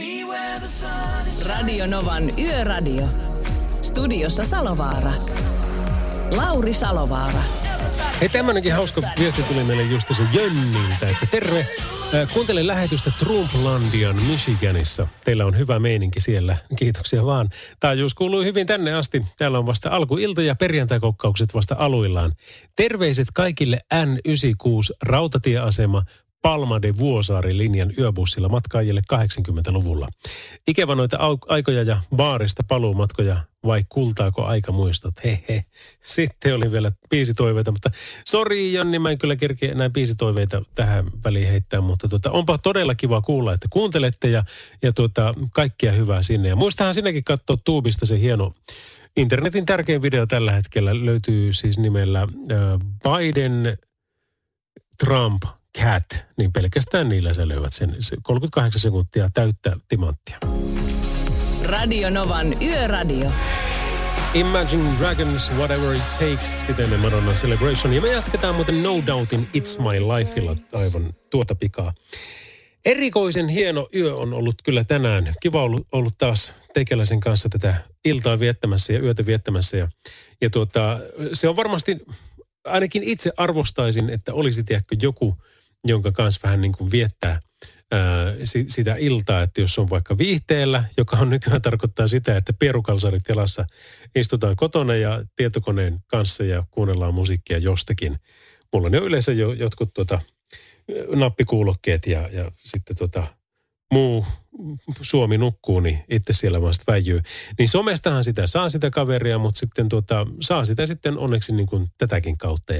Radio Novan Yöradio. Studiossa Salovaara. Lauri Salovaara. Hei, tämmöinenkin hauska viesti tuli meille just se Jönniltä, että terve. Kuuntelen lähetystä Trumplandian Michiganissa. Teillä on hyvä meininki siellä. Kiitoksia vaan. Taajuus kuuluu hyvin tänne asti. Täällä on vasta alkuilta ja perjantaikokkaukset vasta aluillaan. Terveiset kaikille N yhdeksänkymmentäkuusi rautatieasema Palma de Vuosaari-linjan yöbussilla matkaajille kahdeksankymmentäluvulla. Ikävä noita aikoja ja baarista paluumatkoja vai kultaako aika muistot? He he. Sitten oli vielä biisitoiveita, mutta sori Jonni, mä en kyllä kerkeä enää biisitoiveita tähän väliin heittää, mutta tuota, onpa todella kiva kuulla, että kuuntelette ja, ja tuota, kaikkia hyvää sinne. Ja muistahan sinnekin katsoa Tuubista se hieno internetin tärkein video tällä hetkellä. Löytyy siis nimellä äh, Biden, Trump, Cat, niin pelkästään niillä sä löydät sen se kolmekymmentäkahdeksan sekuntia täyttä timanttia. Radio Novan Yöradio. Imagine Dragons, Whatever It Takes, sitten me Madonna Celebration. Ja me jatketaan muuten No Doubtin It's My Lifeilla aivan tuota pikaa. Erikoisen hieno yö on ollut kyllä tänään. Kiva ollut, ollut taas teikäläisen kanssa tätä iltaa viettämässä ja yötä viettämässä. Ja, ja tuota, se on varmasti, ainakin itse arvostaisin, että olisi tiedäkö joku, jonka kanssa vähän niin kuin viettää ää, sitä iltaa, että jos on vaikka viihteellä, joka on nykyään tarkoittaa sitä, että pierukalsarit jalassa istutaan kotona ja tietokoneen kanssa ja kuunnellaan musiikkia jostakin. Mulla on jo yleensä jo jotkut tuota, nappikuulokkeet ja, ja sitten tuota, muu Suomi nukkuu, niin itse siellä vaan sitten väijyy. Niin somestahan sitä saa sitä kaveria, mutta sitten tuota, saa sitä sitten onneksi niin kuin tätäkin kautta ja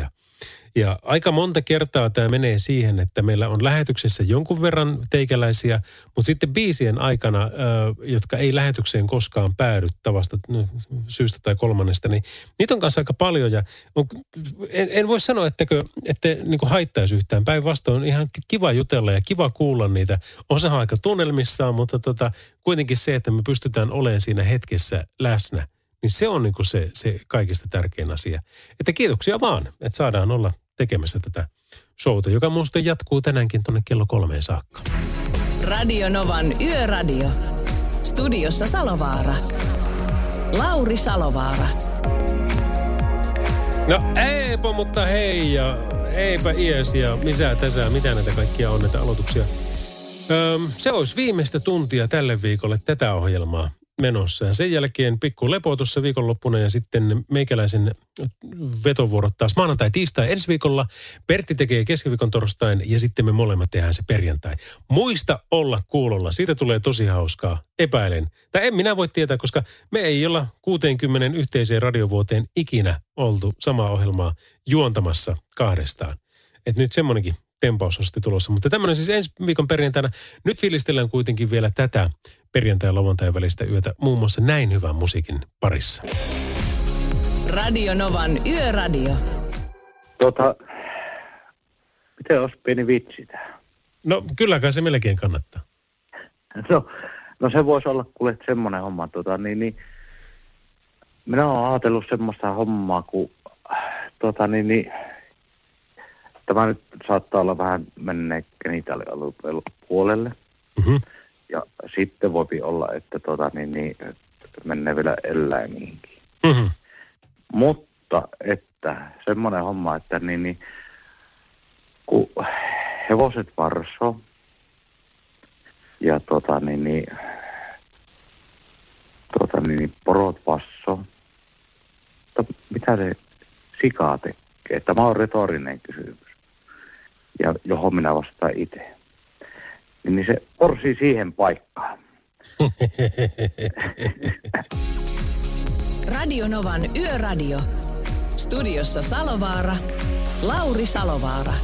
Ja aika monta kertaa tämä menee siihen, että meillä on lähetyksessä jonkun verran teikäläisiä, mutta sitten biisien aikana, jotka ei lähetykseen koskaan päädy tavasta syystä tai kolmannesta, niin niitä on kanssa aika paljon. Ja on, en, en voi sanoa, ettekö, ette niin kuin haittaisi yhtään. Päinvastoin on ihan kiva jutella ja kiva kuulla niitä. Osa aika tunnelmissaan, mutta tota, kuitenkin se, että me pystytään olemaan siinä hetkessä läsnä, niin se on niin kuin se, se kaikista tärkein asia. Että kiitoksia vaan, että saadaan olla tekemässä tätä showta, joka minusta jatkuu tänäänkin tuonne kello kolmeen saakka. Radio Novan Yöradio. Studiossa Salovaara. Lauri Salovaara. No eipä, mutta hei ja eipä ies ja misää tässä, mitä näitä kaikkia on näitä aloituksia. Öm, se olisi viimeistä tuntia tälle viikolle tätä ohjelmaa menossa. Ja sen jälkeen pikku lepo tuossa viikonloppuna ja sitten meikäläisen vetovuorot taas maanantai, tiistai ensi viikolla. Pertti tekee keskiviikon torstain ja sitten me molemmat tehdään se perjantai. Muista olla kuulolla. Siitä tulee tosi hauskaa. Epäilen. Tai en minä voi tietää, koska me ei olla kuuteenkymmeneen yhteiseen radiovuoteen ikinä oltu samaa ohjelmaa juontamassa kahdestaan. Et nyt semmoinenkin tempaus on sitten tulossa. Mutta tämmöinen siis ensi viikon perjantaina. Nyt fiilistellään kuitenkin vielä tätä perjantai- ja lauantai välistä yötä muun muassa näin hyvän musiikin parissa. Radio Novan Yöradio. Tota, miten olisi pieni vitsi tähän? No kylläkään se melkein kannattaa. No, no se voisi olla kuule semmoinen homma. Tota, niin, niin, minä olen ajatellut semmoista hommaa, kun tota, niin, niin, tämä nyt saattaa olla vähän menneen genitaalialueen puolelle. Mm-hmm. Ja sitten voi olla, että tota, niin, niin, menee vielä eläimiinkin. Mm-hmm. Mutta että semmoinen homma, että niin, niin, kun hevoset varsoo ja tota, niin, niin, tota, niin, porot vassoo, mutta mitä se sika tekee? Tämä on retorinen kysymys, ja johon minä vastaan itse. Niin se porsii siihen paikkaan. Radio Novan Yöradio. Studiossa Salovaara. Lauri Salovaara.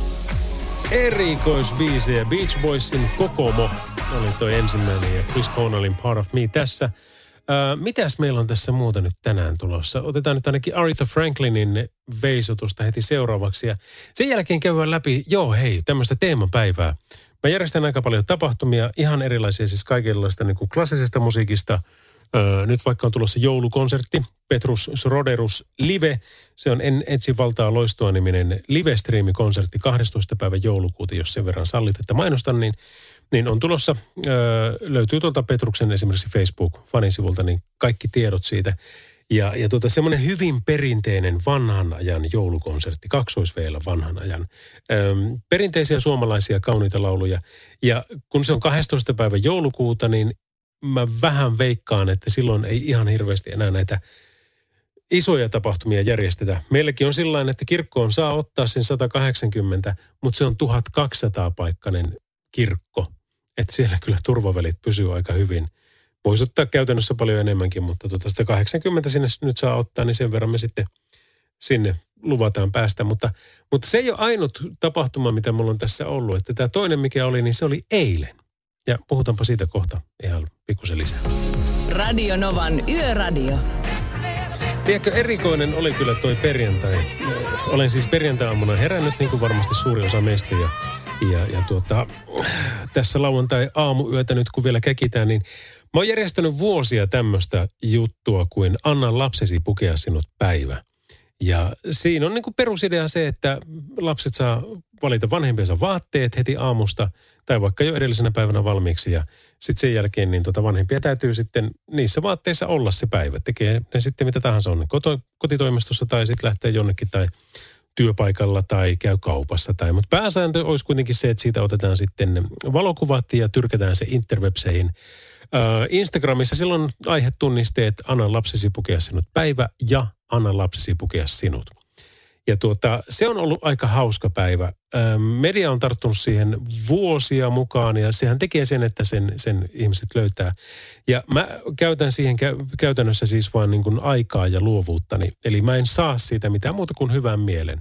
Erikoisbiisejä. Beach Boysin Kokomo oli toi ensimmäinen ja Chris Cornellin Part of Me tässä. Äh, mitäs meillä on tässä muuta nyt tänään tulossa? Otetaan nyt ainakin Aretha Franklinin veisotusta heti seuraavaksi. Ja sen jälkeen käydään läpi, joo hei, tämmöistä teemapäivää. Mä järjestän aika paljon tapahtumia, ihan erilaisia siis kaikenlaista niin kuin klassisesta musiikista. Öö, nyt vaikka on tulossa joulukonsertti, Petrus Sroderus Live. Se on En etsi valtaa loistua -niminen live-striimikonsertti kahdestoista päivä joulukuuta, jos sen verran sallit, että mainostan, niin, niin on tulossa. Öö, löytyy tuolta Petruksen esimerkiksi Facebook-fanisivulta niin kaikki tiedot siitä. Ja, ja tuota, semmoinen hyvin perinteinen vanhan ajan joulukonsertti, kaksoisveellä vanhan ajan. Öm, perinteisiä suomalaisia kauniita lauluja. Ja kun se on kahdestoista päivä joulukuuta, niin mä vähän veikkaan, että silloin ei ihan hirveästi enää näitä isoja tapahtumia järjestetä. Meilläkin on sillain, että kirkkoon saa ottaa sen sata kahdeksankymmentä, mutta se on tuhatkaksisataa paikkainen kirkko. Että siellä kyllä turvavälit pysyy aika hyvin. Voisi ottaa käytännössä paljon enemmänkin, mutta tuota sitä kahdeksankymmentä sinne nyt saa ottaa, niin sen verran me sitten sinne luvataan päästä. Mutta, mutta se ei ole ainut tapahtuma, mitä mulla on tässä ollut. Että tämä toinen, mikä oli, niin se oli eilen. Ja puhutaanpa siitä kohta ihan pikkusen lisää. Radio Novan Yöradio. Tiedätkö, erikoinen oli kyllä toi perjantai. Olen siis perjantai-aamuna herännyt, niin kuin varmasti suuri osa meistä. Ja, ja, ja tuota, tässä lauantai-aamuyötä nyt, kun vielä käkitään, niin mä oon järjestänyt vuosia tämmöistä juttua kuin Anna lapsesi pukea sinut päivä. Ja siinä on niin kuin perusidea se, että lapset saa valita vanhempiensa vaatteet heti aamusta tai vaikka jo edellisenä päivänä valmiiksi. Ja sitten sen jälkeen niin tota vanhempia täytyy sitten niissä vaatteissa olla se päivä. Tekee ne sitten mitä tahansa on koto, kotitoimistossa tai sitten lähtee jonnekin tai työpaikalla tai käy kaupassa. Tai, mutta pääsääntö olisi kuitenkin se, että siitä otetaan sitten valokuvat ja tyrkätään se interwebseihin. Instagramissa silloin aihetunnisteet Anna lapsesi pukea sinut päivä ja Anna lapsesi pukea sinut. Ja tuota, se on ollut aika hauska päivä. Media on tarttunut siihen vuosia mukaan ja sehän tekee sen, että sen, sen ihmiset löytää. Ja mä käytän siihen käytännössä siis vaan niin kuin aikaa ja luovuuttani. Eli mä en saa siitä mitään muuta kuin hyvän mielen.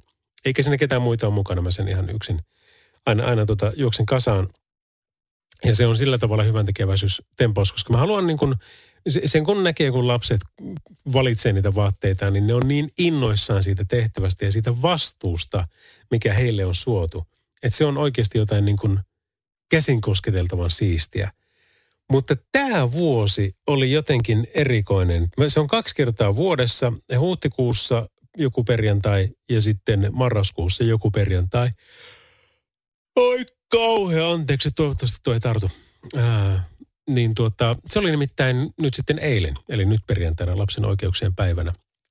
Eikä siinä ketään muita ole mukana, mä sen ihan yksin aina, aina tota, juoksen kasaan. Ja se on sillä tavalla hyvän tekeväisyystempaus, koska mä haluan niin kuin, sen kun näkee, kun lapset valitsee niitä vaatteita, niin ne on niin innoissaan siitä tehtävästä ja siitä vastuusta, mikä heille on suotu. Että se on oikeasti jotain niin kuin käsin kosketeltavan siistiä. Mutta tämä vuosi oli jotenkin erikoinen. Se on kaksi kertaa vuodessa, huhtikuussa joku perjantai ja sitten marraskuussa joku perjantai. Oi kauhea, anteeksi, toivottavasti tuo ei tartu. Ää, niin tuota, se oli nimittäin nyt sitten eilen, eli nyt perjantaina lapsen oikeuksien päivänä.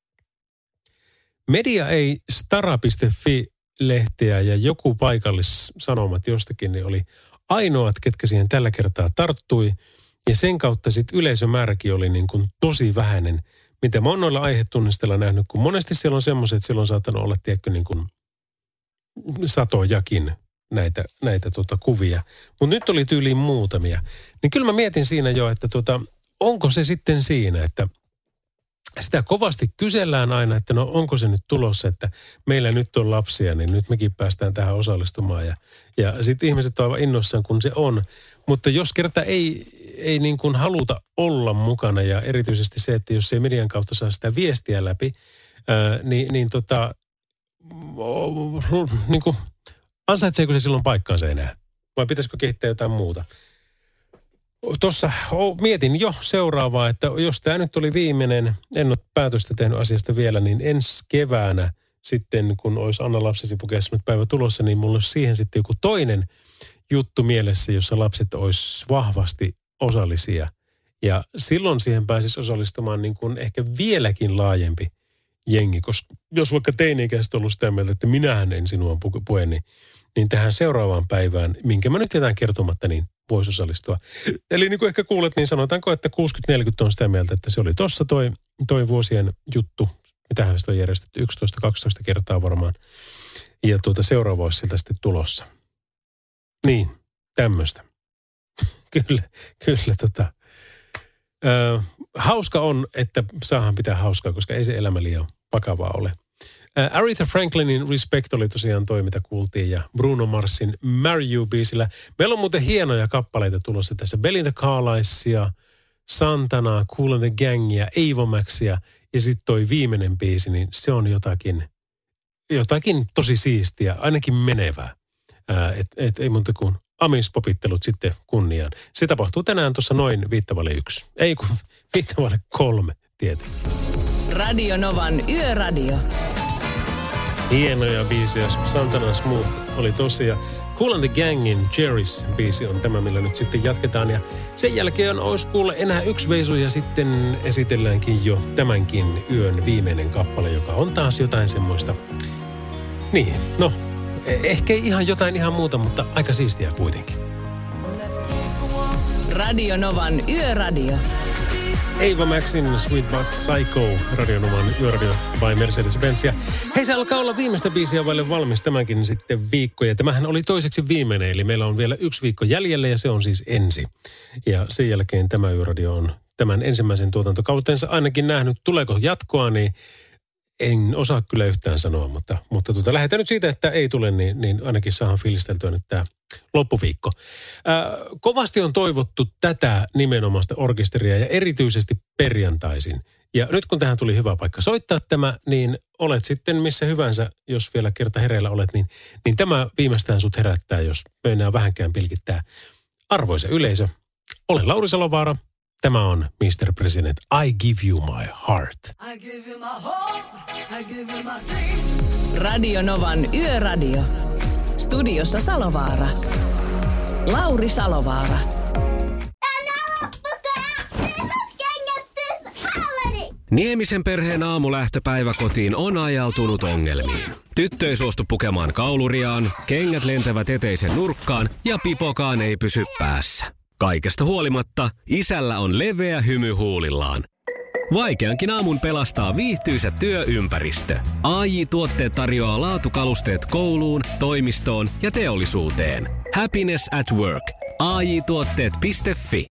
Media ei stara piste fi-lehteä ja joku paikallissanomat jostakin niin oli ainoat, ketkä siihen tällä kertaa tarttui. Ja sen kautta sitten yleisömääräkin oli niin kuin tosi vähäinen, mitä mä oon noilla aihetunnistella nähnyt, kun monesti siellä on semmoiset, että siellä on saattanut olla, tiedätkö, niin kuin satojakin näitä, näitä tota kuvia. Mutta nyt oli tyyliin muutamia. Niin kyllä mä mietin siinä jo, että tota, onko se sitten siinä, että sitä kovasti kysellään aina, että no onko se nyt tulossa, että meillä nyt on lapsia, niin nyt mekin päästään tähän osallistumaan. Ja, ja sitten ihmiset on aivan innoissaan, kun se on. Mutta jos kerta ei, ei niin kuin haluta olla mukana ja erityisesti se, että jos ei median kautta saa sitä viestiä läpi, ää, niin, niin tota, niin kuin, ansaitseeko se silloin paikkaansa enää? Vai pitäisikö kehittää jotain muuta? Tuossa mietin jo seuraavaa, että jos tämä nyt oli viimeinen, en ole päätöstä tehnyt asiasta vielä, niin ensi keväänä sitten, kun olisi Anna lapsesi pukeessa nyt päivä tulossa, niin mulla olisi siihen sitten joku toinen juttu mielessä, jossa lapset olisi vahvasti osallisia. Ja silloin siihen pääsisi osallistumaan niin kuin ehkä vieläkin laajempi jengi, koska jos vaikka teini-ikäiset ollut sitä mieltä, että minähän en sinua pue, niin, niin tähän seuraavaan päivään, minkä mä nyt jätän kertomatta, niin voisi osallistua. Eli niin kuin ehkä kuulet, niin sanotaanko, että kuusikymmentä neljäkymmentä on sitä mieltä, että se oli tossa toi, toi vuosien juttu. Mitähän sitä on järjestetty? yksitoista kaksitoista kertaa varmaan. Ja tuota seuraava olisi sieltä sitten tulossa. Niin, tämmöistä. kyllä, kyllä tota. Ö, hauska on, että saahan pitää hauskaa, koska ei se elämä liian vakavaa ole. Uh, Aretha Franklinin Respect oli tosiaan toi, mitä kuultiin, ja Bruno Marsin Marry You-biisillä. Meillä on muuten hienoja kappaleita tulossa tässä. Belinda Carlisleia, Santana, Kool and the Gangia, Avo Maxia ja sitten toi viimeinen biisi, niin se on jotakin, jotakin tosi siistiä, ainakin menevää. Uh, et, et, ei muuta kuin amispopittelut sitten kunniaan. Se tapahtuu tänään tuossa noin viittavalle yksi. Ei kun viittavalle kolme tietenkin. Radio Novan Yöradio. Hienoja biisejä. Santana Smooth oli tosiaan. Kool and the Gangin Jerry's biisi on tämä, millä nyt sitten jatketaan. Ja sen jälkeen olisi kuule enää yksi veisu ja sitten esitelläänkin jo tämänkin yön viimeinen kappale, joka on taas jotain semmoista. Niin, no, ehkä ihan jotain ihan muuta, mutta aika siistiä kuitenkin. Radio Novan Yöradio. Ava Maxin Sweet But Psycho, Radio Novan Yöradio by Mercedes-Benz. Ja hei, se alkaa olla viimeistä biisiä vaille valmis tämänkin sitten viikko. Ja tämähän oli toiseksi viimeinen, eli meillä on vielä yksi viikko jäljellä ja se on siis ensi. Ja sen jälkeen tämä Yöradio on tämän ensimmäisen tuotantokautensa ainakin nähnyt. Tuleeko jatkoa, niin en osaa kyllä yhtään sanoa, mutta, mutta tuota, lähdetään nyt siitä, että ei tule, niin, niin ainakin saadaan fiilisteltyä nyt tämä loppuviikko. Ää, kovasti on toivottu tätä nimenomaista orkesteria ja erityisesti perjantaisin. Ja nyt kun tähän tuli hyvä paikka soittaa tämä, niin olet sitten missä hyvänsä, jos vielä kerta hereillä olet, niin, niin tämä viimeistään sut herättää, jos mennään vähänkään pilkittää. Arvoisa yleisö, olen Lauri Salovaara. Tämä on mister President. I give you my heart. I give you my hope, I give you my dreams. Radio Novan Yöradio. Studiossa Salovaara. Lauri Salovaara. Niemisen perheen aamulähtöpäivä kotiin on ajautunut ongelmiin. Tyttö ei suostu pukemaan kauluriaan, kengät lentävät eteisen nurkkaan ja pipokaan ei pysy päässä. Kaikesta huolimatta, isällä on leveä hymy huulillaan. Vaikeankin aamun pelastaa viihtyisä työympäristö. A J-tuotteet tarjoaa laatukalusteet kouluun, toimistoon ja teollisuuteen. Happiness at work. A J tuotteet piste fi